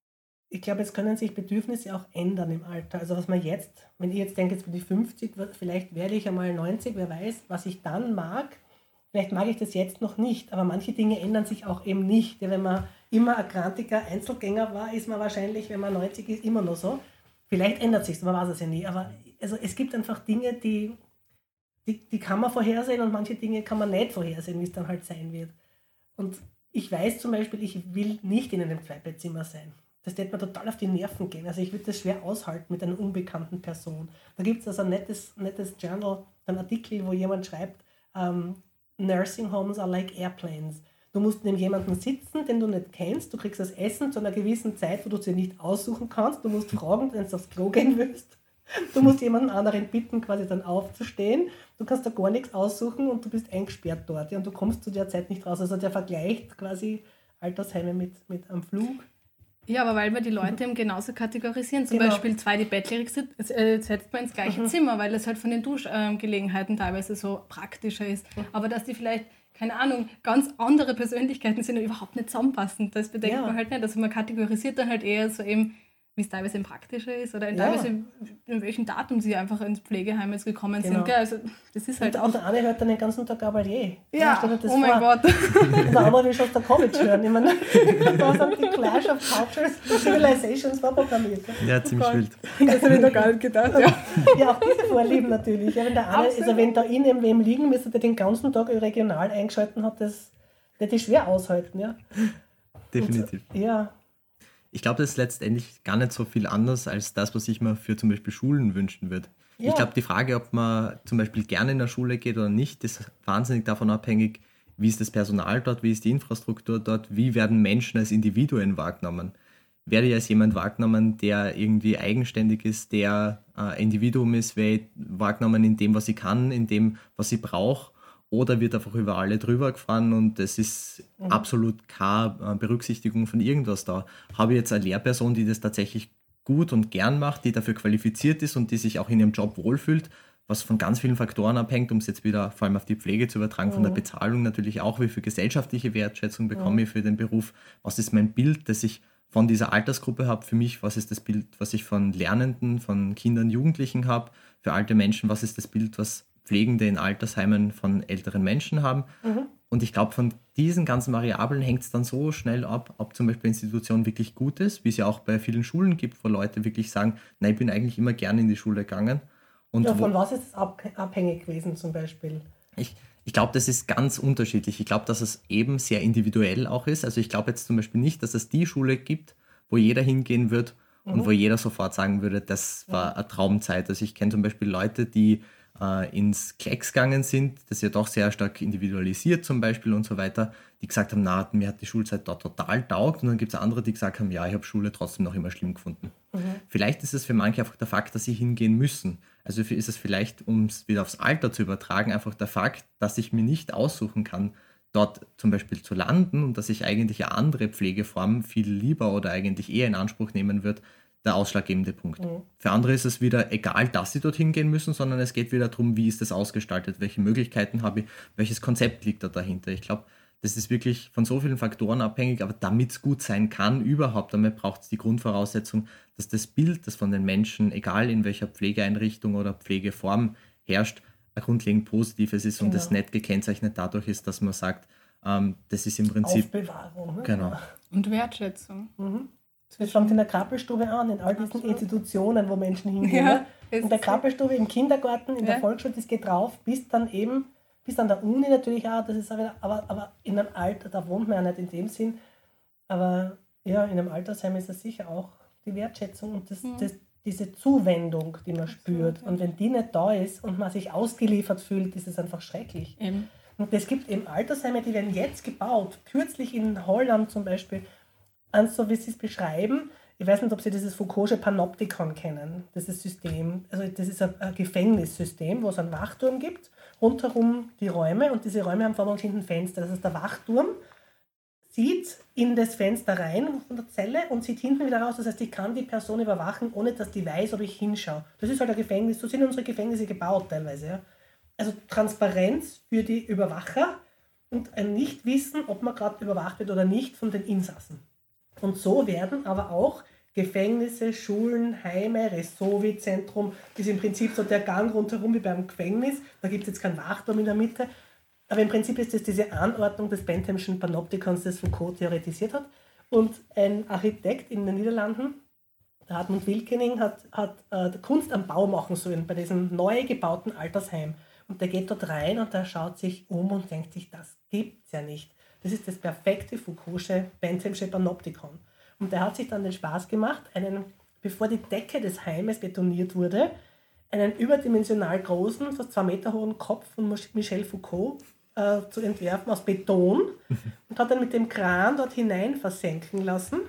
Speaker 3: ich glaube, jetzt können sich Bedürfnisse auch ändern im Alter. Also was man jetzt, wenn ich jetzt denke, jetzt bin ich fünfzig, vielleicht werde ich einmal neunzig, wer weiß, was ich dann mag. Vielleicht mag ich das jetzt noch nicht, aber manche Dinge ändern sich auch eben nicht. Ja, wenn man immer ein grantiger Einzelgänger war, ist man wahrscheinlich, wenn man neunzig ist, immer noch so. Vielleicht ändert sich es, man weiß es ja nie. Aber also es gibt einfach Dinge, die, die, die kann man vorhersehen und manche Dinge kann man nicht vorhersehen, wie es dann halt sein wird. Und ich weiß zum Beispiel, ich will nicht in einem Zweibettzimmer sein. Das wird mir total auf die Nerven gehen. Also ich würde das schwer aushalten mit einer unbekannten Person. Da gibt es also ein nettes, nettes Journal, ein Artikel, wo jemand schreibt, um, Nursing Homes are like airplanes. Du musst neben jemandem sitzen, den du nicht kennst. Du kriegst das Essen zu einer gewissen Zeit, wo du es dir nicht aussuchen kannst. Du musst fragen, wenn du aufs Klo gehen willst. Du musst jemanden anderen bitten, quasi dann aufzustehen. Du kannst da gar nichts aussuchen und du bist eingesperrt dort. Ja, und du kommst zu der Zeit nicht raus. Also der vergleicht quasi Altersheime mit, mit einem Flug.
Speaker 1: Ja, aber weil wir die Leute eben genauso kategorisieren. Zum
Speaker 3: Genau.
Speaker 1: Beispiel zwei, die bettlägerig sind, äh, setzt man ins gleiche Zimmer, weil das halt von den Duschgelegenheiten teilweise so praktischer ist. Aber dass die vielleicht, keine Ahnung, ganz andere Persönlichkeiten sind und überhaupt nicht zusammenpassen, das bedenkt
Speaker 3: Ja.
Speaker 1: man halt nicht. Also man kategorisiert dann halt eher so eben, wie es teilweise eben praktischer ist oder in
Speaker 3: Ja.
Speaker 1: teilweise in welchem Datum sie einfach ins Pflegeheim jetzt gekommen
Speaker 3: Genau.
Speaker 1: sind. Gell? Also das ist halt
Speaker 3: Und,
Speaker 1: auch...
Speaker 3: und der eine hört dann den ganzen Tag Gabalier.
Speaker 1: Ja,
Speaker 3: stell dir das
Speaker 1: oh mein
Speaker 3: vor.
Speaker 1: Gott.
Speaker 3: Und der andere will schon aus der Covid hören. Ich meine, da sind die Clash of Cultures, Civilizations vorprogrammiert.
Speaker 2: Ja, ziemlich
Speaker 1: Gott.
Speaker 2: wild.
Speaker 1: Das habe ich noch gar nicht gedacht, ja.
Speaker 3: Ja, auch diese Vorlieben natürlich. Ja, wenn der eine,
Speaker 1: Absolut.
Speaker 3: also wenn da in einem wem liegen müsste, der den ganzen Tag regional eingeschalten hat, das wird ich schwer aushalten. Ja.
Speaker 2: Definitiv.
Speaker 3: Und, ja,
Speaker 2: Ich glaube, das ist letztendlich gar nicht so viel anders als das, was ich mir für zum Beispiel Schulen wünschen würde.
Speaker 3: Ja.
Speaker 2: Ich glaube, die Frage, ob man zum Beispiel gerne in der Schule geht oder nicht, ist wahnsinnig davon abhängig, wie ist das Personal dort, wie ist die Infrastruktur dort, wie werden Menschen als Individuen wahrgenommen. Werde ich als jemand wahrgenommen, der irgendwie eigenständig ist, der äh, Individuum ist, werde ich wahrgenommen in dem, was ich kann, in dem, was ich brauche, oder wird einfach über alle drüber gefahren und es ist mhm. absolut keine Berücksichtigung von irgendwas da. Habe ich jetzt eine Lehrperson, die das tatsächlich gut und gern macht, die dafür qualifiziert ist und die sich auch in ihrem Job wohlfühlt, was von ganz vielen Faktoren abhängt, um es jetzt wieder vor allem auf die Pflege zu übertragen, mhm. von der Bezahlung natürlich auch, wie viel gesellschaftliche Wertschätzung bekomme mhm. ich für den Beruf, was ist mein Bild, das ich von dieser Altersgruppe habe für mich, was ist das Bild, was ich von Lernenden, von Kindern, Jugendlichen habe, für alte Menschen, was ist das Bild, was Pflegende in Altersheimen von älteren Menschen haben. Mhm. Und ich glaube, von diesen ganzen Variablen hängt es dann so schnell ab, ob zum Beispiel eine Institution wirklich gut ist, wie es ja auch bei vielen Schulen gibt, wo Leute wirklich sagen, nein, ich bin eigentlich immer gerne in die Schule gegangen. Und
Speaker 3: ja, von
Speaker 2: wo,
Speaker 3: was ist es abhängig gewesen zum Beispiel?
Speaker 2: Ich, ich glaube, das ist ganz unterschiedlich. Ich glaube, dass es eben sehr individuell auch ist. Also ich glaube jetzt zum Beispiel nicht, dass es die Schule gibt, wo jeder hingehen wird und mhm. wo jeder sofort sagen würde, das war eine Traumzeit. Also ich kenne zum Beispiel Leute, die äh, ins Klecks gegangen sind, das ja doch sehr stark individualisiert zum Beispiel und so weiter, die gesagt haben, na, mir hat die Schulzeit dort total taugt. Und dann gibt es andere, die gesagt haben, ja, ich habe Schule trotzdem noch immer schlimm gefunden. Mhm. Vielleicht ist es für manche einfach der Fakt, dass sie hingehen müssen. Also für ist es vielleicht, um es wieder aufs Alter zu übertragen, einfach der Fakt, dass ich mir nicht aussuchen kann, dort zum Beispiel zu landen und dass ich eigentlich eine andere Pflegeform viel lieber oder eigentlich eher in Anspruch nehmen würde, der ausschlaggebende Punkt. Mhm. Für andere ist es wieder egal, dass sie dorthin gehen müssen, sondern es geht wieder darum, wie ist das ausgestaltet, welche Möglichkeiten habe ich, welches Konzept liegt da dahinter. Ich glaube, das ist wirklich von so vielen Faktoren abhängig, aber damit es gut sein kann, überhaupt, damit braucht es die Grundvoraussetzung, dass das Bild, das von den Menschen, egal in welcher Pflegeeinrichtung oder Pflegeform herrscht, ein grundlegend positives ist und genau. das nicht gekennzeichnet dadurch ist, dass man sagt, ähm, das ist im Prinzip...
Speaker 3: Aufbewahrung. Ne?
Speaker 2: Genau.
Speaker 1: Und Wertschätzung.
Speaker 3: Mhm. Das fängt in der Krabbelstube an, in all diesen Absolut. Institutionen, wo Menschen hingehen. Ja, in der Krabbelstube, im Kindergarten, in ja. der Volksschule, das geht drauf, bis dann eben, bis an der Uni natürlich auch, das ist aber, aber, aber in einem Alter, da wohnt man ja nicht in dem Sinn, aber ja, in einem Altersheim ist es sicher auch die Wertschätzung und das, mhm. das, diese Zuwendung, die man Absolut, spürt. Ja. Und wenn die nicht da ist und man sich ausgeliefert fühlt, ist es einfach schrecklich. Eben. Und es gibt eben Altersheime, die werden jetzt gebaut, kürzlich in Holland zum Beispiel, so wie sie es beschreiben, ich weiß nicht, ob Sie dieses Foucault'sche Panoptikon kennen, dieses System. Also das ist ein, ein Gefängnissystem, wo es einen Wachturm gibt, rundherum die Räume und diese Räume haben vorne und hinten Fenster. Das heißt, der Wachturm sieht in das Fenster rein von der Zelle und sieht hinten wieder raus. Das heißt, ich kann die Person überwachen, ohne dass die weiß, ob ich hinschaue. Das ist halt ein Gefängnis, so sind unsere Gefängnisse gebaut teilweise. Ja. Also Transparenz für die Überwacher und ein Nichtwissen, ob man gerade überwacht wird oder nicht von den Insassen. Und so werden aber auch Gefängnisse, Schulen, Heime, Resovi-Zentrum, das ist im Prinzip so der Gang rundherum wie beim Gefängnis. Da gibt es jetzt keinen Wachturm in der Mitte. Aber im Prinzip ist das diese Anordnung des Benthamschen Panoptikons, das Foucault theoretisiert hat. Und ein Architekt in den Niederlanden, der Hartmut Wilkening, hat, hat äh, Kunst am Bau machen sollen bei diesem neu gebauten Altersheim. Und der geht dort rein und der schaut sich um und denkt sich, das gibt's ja nicht. Das ist das perfekte Foucault'sche Benthamsche Panoptikon. Und der hat sich dann den Spaß gemacht, einen, bevor die Decke des Heimes betoniert wurde, einen überdimensional großen, fast zwei Meter hohen Kopf von Michel Foucault äh, zu entwerfen aus Beton und hat dann mit dem Kran dort hinein versenken lassen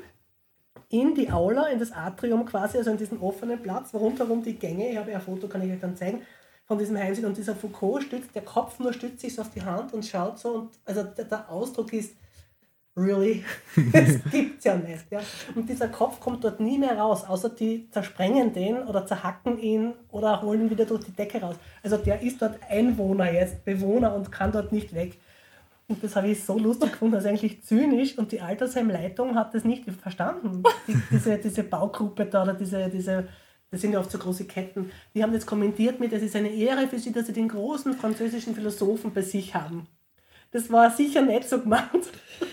Speaker 3: in die Aula, in das Atrium quasi, also in diesen offenen Platz, wo rundherum die Gänge, ich habe ja ein Foto, kann ich euch dann zeigen, von diesem Heim sind. Und dieser Foucault stützt, der Kopf nur stützt sich so auf die Hand und schaut so. Und also der, der Ausdruck ist, really, das gibt's ja nicht. Ja. Und dieser Kopf kommt dort nie mehr raus, außer die zersprengen den oder zerhacken ihn oder holen ihn wieder durch die Decke raus. Also der ist dort Einwohner jetzt, Bewohner und kann dort nicht weg. Und das habe ich so lustig gefunden, das ist eigentlich zynisch. Und die Altersheimleitung hat das nicht verstanden. Die, diese, diese Baugruppe da oder diese... diese das sind ja oft so große Ketten, die haben jetzt kommentiert mit, es ist eine Ehre für sie, dass sie den großen französischen Philosophen bei sich haben. Das war sicher nicht so gemeint.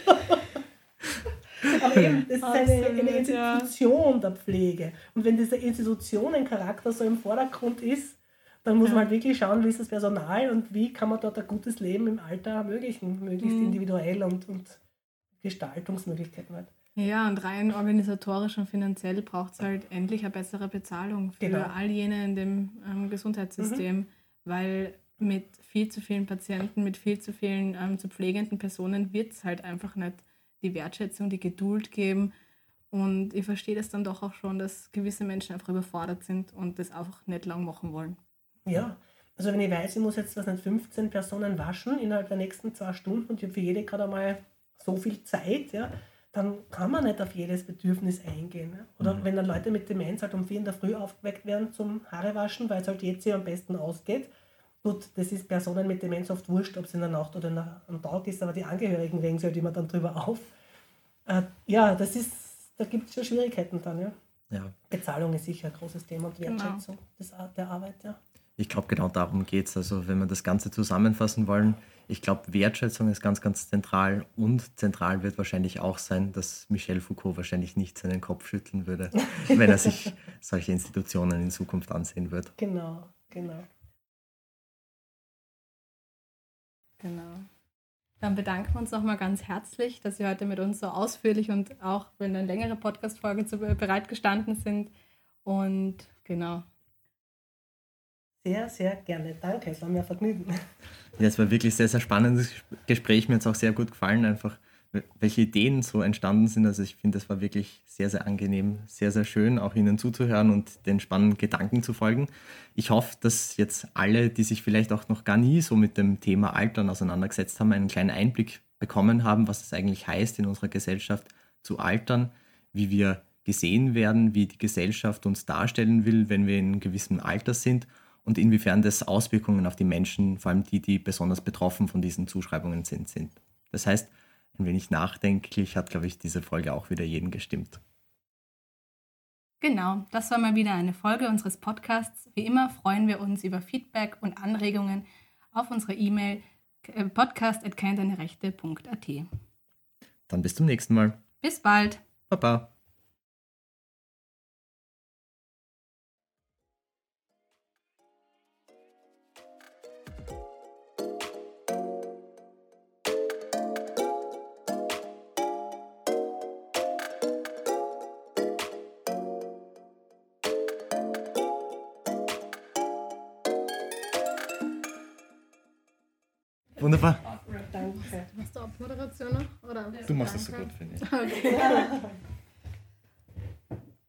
Speaker 3: Aber eben, das ist eine, eine Institution der Pflege. Und wenn dieser Institutionencharakter so im Vordergrund ist, dann muss ja. man halt wirklich schauen, wie ist das Personal und wie kann man dort ein gutes Leben im Alter ermöglichen, möglichst mhm. individuell und, und Gestaltungsmöglichkeiten halt.
Speaker 1: Ja, und rein organisatorisch und finanziell braucht es halt endlich eine bessere Bezahlung für genau. all jene in dem ähm, Gesundheitssystem, mhm. weil mit viel zu vielen Patienten, mit viel zu vielen ähm, zu pflegenden Personen wird es halt einfach nicht die Wertschätzung, die Geduld geben. Und ich verstehe das dann doch auch schon, dass gewisse Menschen einfach überfordert sind und das einfach nicht lang machen wollen.
Speaker 3: Ja, also wenn ich weiß, ich muss jetzt was nicht fünfzehn Personen waschen innerhalb der nächsten zwei Stunden und ich habe für jede gerade einmal so viel Zeit, ja, dann kann man nicht auf jedes Bedürfnis eingehen. Ne? Oder mhm. wenn dann Leute mit Demenz halt um vier in der Früh aufgeweckt werden zum Haarewaschen, weil es halt jetzt hier am besten ausgeht. Gut, das ist Personen mit Demenz oft wurscht, ob es in der Nacht oder in der, am Tag ist, aber die Angehörigen regen sich halt immer dann drüber auf. Äh, ja, das ist, da gibt es schon Schwierigkeiten dann. Ja? Ja. Bezahlung ist sicher ein großes Thema und Wertschätzung genau. des, der Arbeit. Ja.
Speaker 2: Ich glaube, genau darum geht es. Also wenn wir das Ganze zusammenfassen wollen, ich glaube, Wertschätzung ist ganz, ganz zentral und zentral wird wahrscheinlich auch sein, dass Michel Foucault wahrscheinlich nicht seinen Kopf schütteln würde, wenn er sich solche Institutionen in Zukunft ansehen würde.
Speaker 3: Genau, genau.
Speaker 1: Genau. Dann bedanken wir uns nochmal ganz herzlich, dass Sie heute mit uns so ausführlich und auch für eine längere Podcast-Folge bereitgestanden sind. Und genau.
Speaker 3: Sehr, sehr gerne. Danke, es war mir ein Vergnügen.
Speaker 2: Ja, es war wirklich sehr, sehr spannendes Gespräch. Mir hat es auch sehr gut gefallen, einfach welche Ideen so entstanden sind. Also ich finde, es war wirklich sehr, sehr angenehm, sehr, sehr schön, auch Ihnen zuzuhören und den spannenden Gedanken zu folgen. Ich hoffe, dass jetzt alle, die sich vielleicht auch noch gar nie so mit dem Thema Altern auseinandergesetzt haben, einen kleinen Einblick bekommen haben, was es eigentlich heißt, in unserer Gesellschaft zu altern, wie wir gesehen werden, wie die Gesellschaft uns darstellen will, wenn wir in einem gewissen Alter sind und inwiefern das Auswirkungen auf die Menschen, vor allem die, die besonders betroffen von diesen Zuschreibungen sind, sind. Das heißt, ein wenig nachdenklich hat, glaube ich, diese Folge auch wieder jeden gestimmt.
Speaker 1: Genau, das war mal wieder eine Folge unseres Podcasts. Wie immer freuen wir uns über Feedback und Anregungen auf unsere E-Mail podcast at kennendeinerechte punkt a t.
Speaker 2: Dann bis zum nächsten Mal.
Speaker 1: Bis bald.
Speaker 2: Baba. Wunderbar.
Speaker 3: Danke.
Speaker 1: Machst du Abmoderation noch? Oder?
Speaker 2: Du machst das so gut, finde ich.
Speaker 1: Okay.